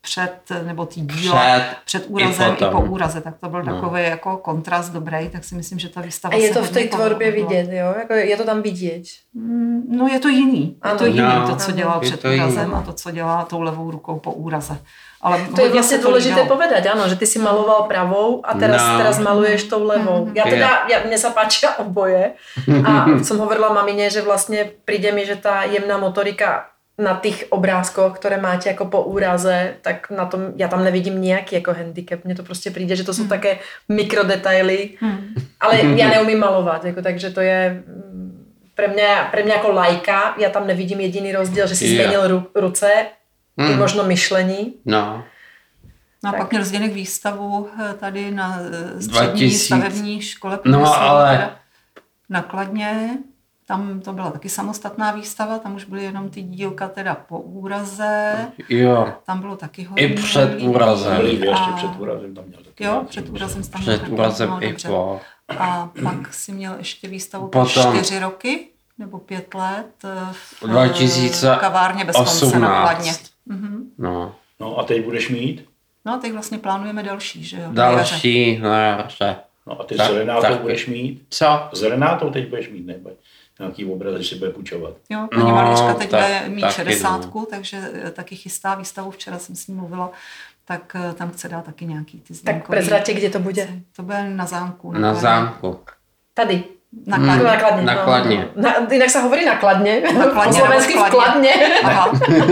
před, nebo ty díla Před před i úrazem i, potom. po úraze, tak to byl No. takový jako kontrast dobrý, tak si myslím, že ta výstava A je se to v hodně té tvorbě povedla. vidět, jo? Jako je to tam vidět. Mm, No je to jiný, je Ano. to jiný, No. to, co Ano. dělal Je před to jiný. úrazem a to, co dělá tou levou rukou po úraze. Ale To je hodně vlastně se to dôležité líbilo. povedať, áno, že ty si maloval pravou a teraz, No. teraz maluješ tou levou. Ja teda, ja, mne sa páčia oboje a som hovorila mamine, že vlastne príde mi, že tá jemná motorika na tých obrázkoch, ktoré máte ako po úraze, tak na tom, ja tam nevidím nejaký ako handicap. Mne to prostě príde, že to sú Hmm. také mikrodetaily, Hmm. ale ja neumím malovať, jako, takže to je mm, pre mňa, pre mňa ako lajka, ja tam nevidím jediný rozdiel, že si Yeah. zmenil ru, ruce, i Hmm. možno myšlení. No. No a Tak. pak měl Zdeněk výstavu eh, tady na eh, dva střední tisíce. stavební škole No, průmyslový, ale- teda na Kladně. Tam to byla taky samostatná výstava, tam už byly jenom ty dílka teda po úraze. Jo. Tam bylo taky hodně. I před lidí. úrazem. Byli dvě ještě A- před úrazem tam měl taky. Jo, nějaký před výstavu. úrazem jsi tam měl Před taky, úrazem no, i dobře. po. A pak si měl ještě výstavu po Potom- čtyři roky nebo pět let eh, v dva eh, tisíce kavárně bez konce na osmnáct. Kladně. Mhm. No. No a teď budeš mít? No a teď vlastně plánujeme další, že jo? na jaře. Další na jaře. No a ty Tak- s Renátou taky. budeš mít? Co? S Renátou teď budeš mít, nebo nějaký obraz, že si bude půjčovat. Jo, paní No, Malička teď tak- bude mít taky šedesátku, takže eh, taky chystá výstavu, včera jsem s ní mluvila, tak eh, tam chce dát taky nějaký ty Tak zdenkový. prezraďte, kde to bude. To bude na zámku. Na Kladně. zámku. Tady. Na Hmm. Kladně. Nakladne. Nakladne. No. Na, inak sa hovorí nakladne. Nakladne, Po slovensky nebo vkladne. Aha,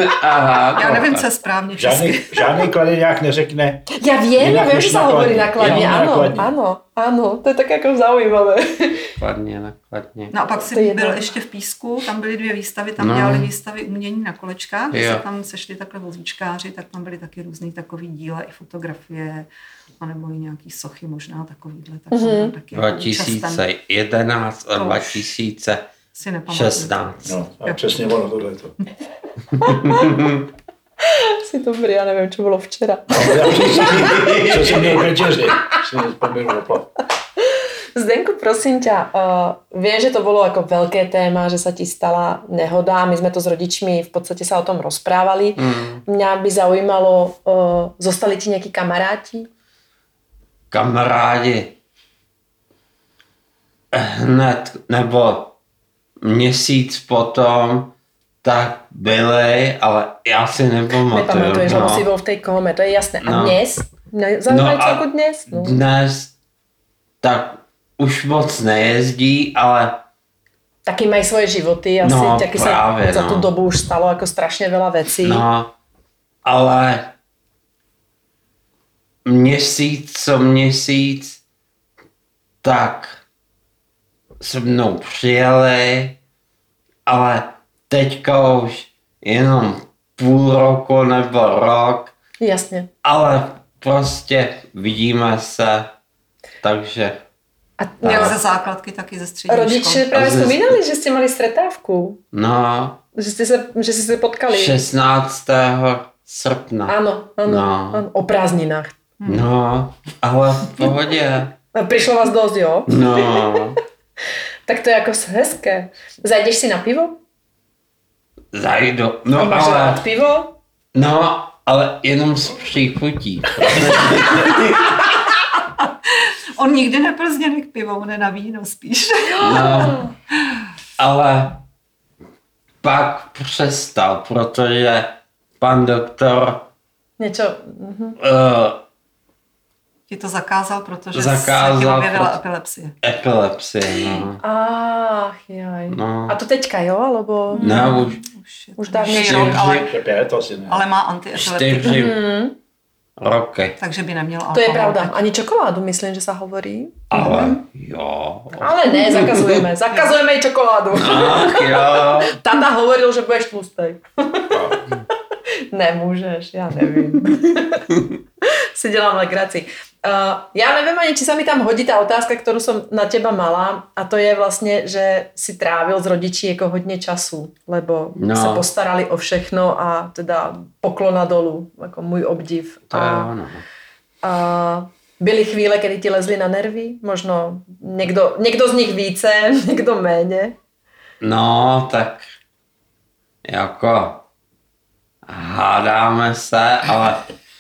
Aha, já to nevím, tak. co je správně česky. Žádný, žádný kladeňák neřekne. Ja viem, ja Inak viem, než že sa nakladne. hovorí nakladne. Ja Áno, nakladne. áno, áno. To je tak ako zaujímavé. Nakladně, nakladně. No a pak To si je jedno. byl ještě v Písku, tam byly dvě výstavy, tam No. dělali výstavy umění na kolečkách, kde Jo. se tam sešli takhle vozíčkáři, tak tam byly taky různý takový díla, i fotografie, anebo i nějaký sochy možná takovýhle, tak Mhm. mm-hmm. taky jako dva tisíce jedenáct a To už. dva tisíce si nepamatuju. šestnáct. No a přesně ono tohleto. Si dobrý, ja neviem, čo bolo včera. No, já přesně, co jsem měl k večeři. Si nespomínal oplav. Zdenku, prosím ťa, uh, viem, že to bolo ako veľké téma, že sa ti stala nehoda. My sme to s rodičmi v podstate sa o tom rozprávali. Mm. Mňa by zaujímalo, uh, zostali ti nejakí kamaráti? Kamarádi hned nebo měsíc potom tak byli, ale já si nepamatuju. Nepamatuješ, lebo no. si bol v tej kóme, to je jasné. A No. dnes? Zaujímajú No ťa a ako dnes? No. Dnes tak už moc nejezdí, ale Taky mají svoje životy, asi No, taky sa právě, za no. tú dobu už stalo ako strašne veľa vecí. no, ale měsíc co měsíc tak se mnou přijeli, ale teďka už jenom půl roku nebo rok, Jasne. ale prostě vidíme se, takže A Jak ze základky, tak i ze střední rodiče školy. práve A ze- spomínali, že ste mali stretávku. no, Že ste sa, že ste sa potkali. šestnáctého srpna. Áno, áno, No. áno. O prázdninách. No, ale v pohodě. A prišlo vás dosť, jo? No, Tak to je ako hezké. Zajdeš si na pivo? zajdu. A No, máš ale, rád pivo? no, ale jenom s příchutí. On nikdy nepil Zdeněk pivo, on je na víno spíš. No, ale pak přestal, protože pan doktor Niečo. Mhm. uh, Ti to zakázal, protože Zakázal, se ti objevila proto- epilepsie. epilepsie, no. Ach, jaj. No. A to teďka, jo? Alebo... Ne, už Už, je Už to dávno další čtyři. rok, ale, Že pět asi ne. ale má antiepileptiky, čtyři Mhm. roky. takže by neměl To alkohol. je pravda. teď. Ani čokoládu, myslím, že sa hovorí. Ale jo. Ale ne, zakazujeme. Zakazujeme i čokoládu. Ach jo. Tata hovoril, že budeš tlustej. Nemůžeš, já nevím. Si dělám legraci. Uh, já nevím ani, či sa mi tam hodí tá otázka, ktorú som na teba mala, a to je vlastně, že si trávil s rodiči jako hodně času, lebo No. se postarali o všechno a teda poklona dolu, jako můj obdiv. To je A, ono. a byly chvíle, kedy ti lezli na nervy? Možno někdo, někdo z nich více, někdo méně. No, tak jako hádáme se, ale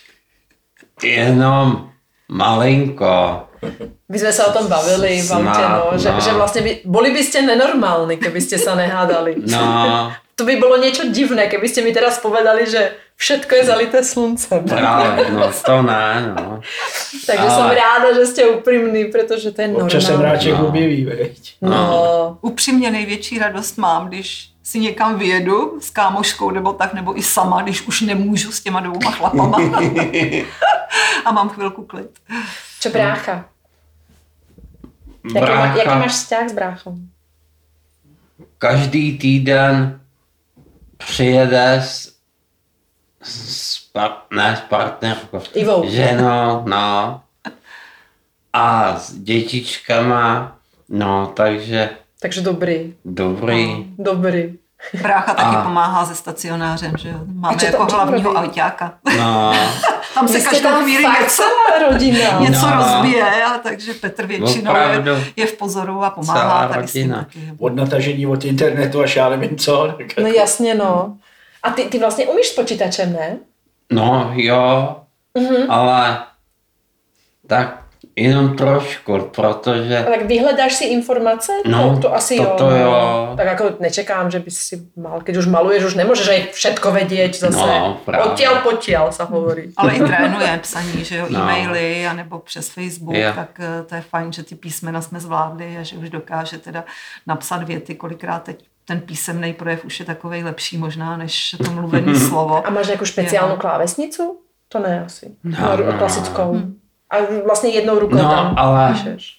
Jenom malinko. My sme sa o tom bavili v aute, no, že, no. že vlastne by, boli by ste nenormálni, keby ste sa nehádali. No. To by bolo niečo divné, keby ste mi teraz povedali, že všetko je zalité sluncem. Právě, no to ne, no. Takže Ale- som ráda, že ste úprimní, pretože to je Občas se normální. mráček No. objeví, veď. No, Upřímně největší radost mám, když si někam vyjedu s kámoškou nebo tak, nebo i sama, když už nemůžu s těma dvouma chlapama a mám chvilku klid. čo brácha? Jaký, má, Brácha jaký máš vzťah s bráchom? každý týden přijede s, s, par, ne, s partnerkou, Ivou. ženou, no. A s dětičkama, no, takže Takže dobrý, dobrý. dobrý. Brácha taky A- pomáhá se stacionářem, že jo? Máme A co to- jako co to hlavního robí? ajťáka. No, Tam se Vy jste každou tam chvíli fakt něco, celá rodina. něco No. rozbije, a takže Petr většinou je, Opravdu. je v pozoru a Celá pomáhá tady s tím rodina. taky. Od natažení od internetu až já nevím co. Tak No jako- jasně, no. A ty, ty vlastně umíš s počítačem, ne? no jo, Mhm. ale tak jenom trošku, protože A tak vyhledáš si informace? No, to, to asi toto jo. no. jo. Tak ako nečekám, že by si mal, keď už maluješ, už nemôžeš aj všetko vedieť zase. No, právě. Odtiaľ potiaľ sa hovorí. Ale i trénuje psaní, že jo, No. e-maily, anebo přes Facebook, Jo. tak eh, to je fajn, že ty písmena jsme zvládli a že už dokáže teda napsat věty, kolikrát teď ten písemný projev už je takovej lepší možná, než to mluvený slovo. A máš nejakú špeciálnu Jo. klávesnicu? To ne asi. No, No, no. klasickou. A vlastne jednou rukou No, tam ale- píšeš.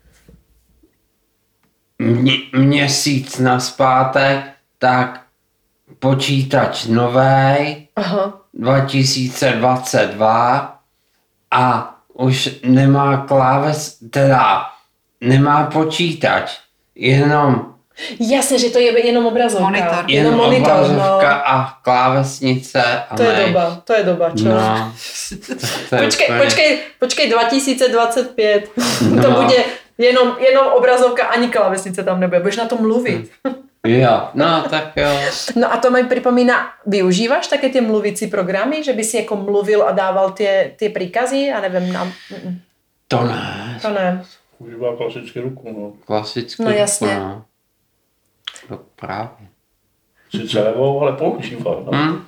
mě, měsíc naspátek, tak počítač novej, Aha. dva tisíce dvacet dva a už nemá kláves, teda nemá počítač, jenom, Jasne, že to je jenom obrazovka. Monitor. Jenom jenom monitor, obrazovka no. a klávesnice a To je ne. doba, to je doba, čo? No, to je Počkej, úplně- počkej, počkej, dva tisíce dvacet pět. No. To bude jenom, jenom obrazovka, ani klávesnice tam nebude. Budeš na tom mluvit. Jo, no tak jo. No a to mi připomíná, využíváš také ty mluvící programy, že by si jako mluvil a dával ty, ty příkazy? Já nevím, nám... To ne, To ne. Užívá klasicky ruku, no. klasicky. No jasně. No. To právě. Sice levou, ale používá. No. Hm?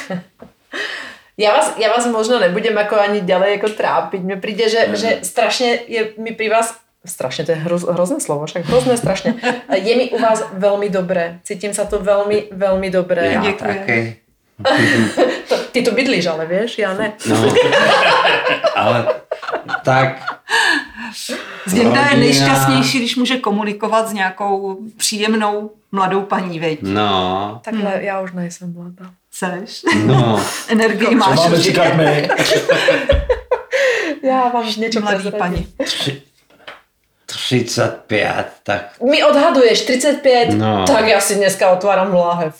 Já vás, já vás možno nebudem jako ani ďalej jako trápiť. Mně přijde, že, že strašně je mi pri vás, strašně, to je hroz, hrozné slovo, však hrozné strašně. Je mi u vás velmi dobré. Cítím sa to velmi, velmi dobré. Já Děkuji. taky. To, ty to bydlíš, ale víš, já ne. No, ale tak Zděnka je Rodina. nejšťastnější, když může komunikovat s nějakou příjemnou mladou paní, veď. no, Takhle já už nejsem mladá. Seš? no, Energii Co máš máme určitě. říkat my? Já vám něco Mladý prezradím. paní. tři, třicet pět, tak Mi odhaduješ třicet pět, No. tak já si dneska otvárám láhev.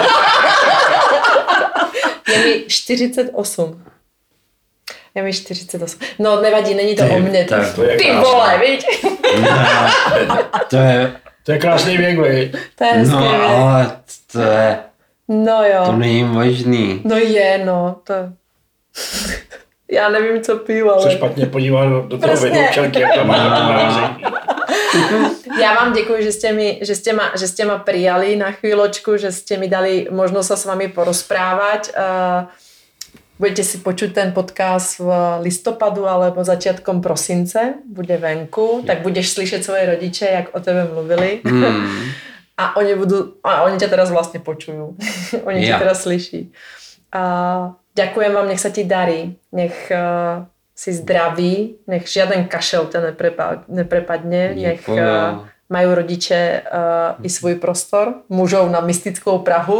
Je mi čtyřicet osm. Je mi čtyřicet osm. No nevadí, není to Ty, o mně. tak to je Ty krásné. vole, viď? no, to je, To je krásný věk, viď? To je hezké, no, věc. ale to je, No jo. to není možný. No je, no. To... Já nevím, co piju, ale... Se špatně podívá do, do toho Přesně. vidoučelky, jak tam má na Já vám děkuji, že jste, mi, že, jste ma, že jste ma prijali na chvíľočku, že jste mi dali možnosť sa s vami porozprávať. Uh, budete si počuť ten podcast v listopadu alebo začiatkom prosince. Bude venku, tak budeš slyšet svoje rodiče, jak o tebe mluvili. Hmm. A oni, budú, a oni ťa teraz vlastne počujú. Oni Ja. ťa teraz slyší. A ďakujem vám, nech sa ti darí. Nech uh, si zdravý, nech žiaden kašel ťa neprepa- neprepadne. Nech Děkuju. uh, majú rodiče uh, i svůj prostor. Mužov na mystickou Prahu.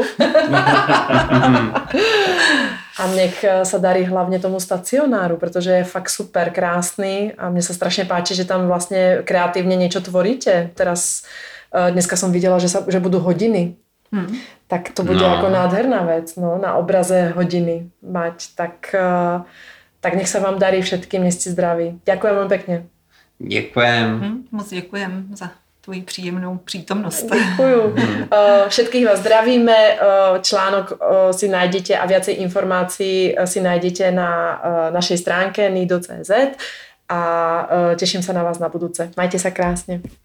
A nech uh, sa darí hlavne tomu stacionáru, protože je fakt super, krásny a mne sa strašne páči, že tam vlastne kreatívne niečo tvoríte. Teraz uh, dneska som videla, že, sa, že budú hodiny. Hmm. Tak to bude No. jako nádherná vec, no, na obraze hodiny mať. Tak, uh, tak nech sa vám darí všetkým, nech ste zdraví. Ďakujem veľmi pekne. Děkujem. Hm, moc děkujem za tvoji příjemnou přítomnost. Děkuju. Všetkých vás zdravíme. Článok si nájdete a viacej informácií si nájdete na našej stránke nido tečka cz a teším sa na vás na budúce. Majte sa krásne.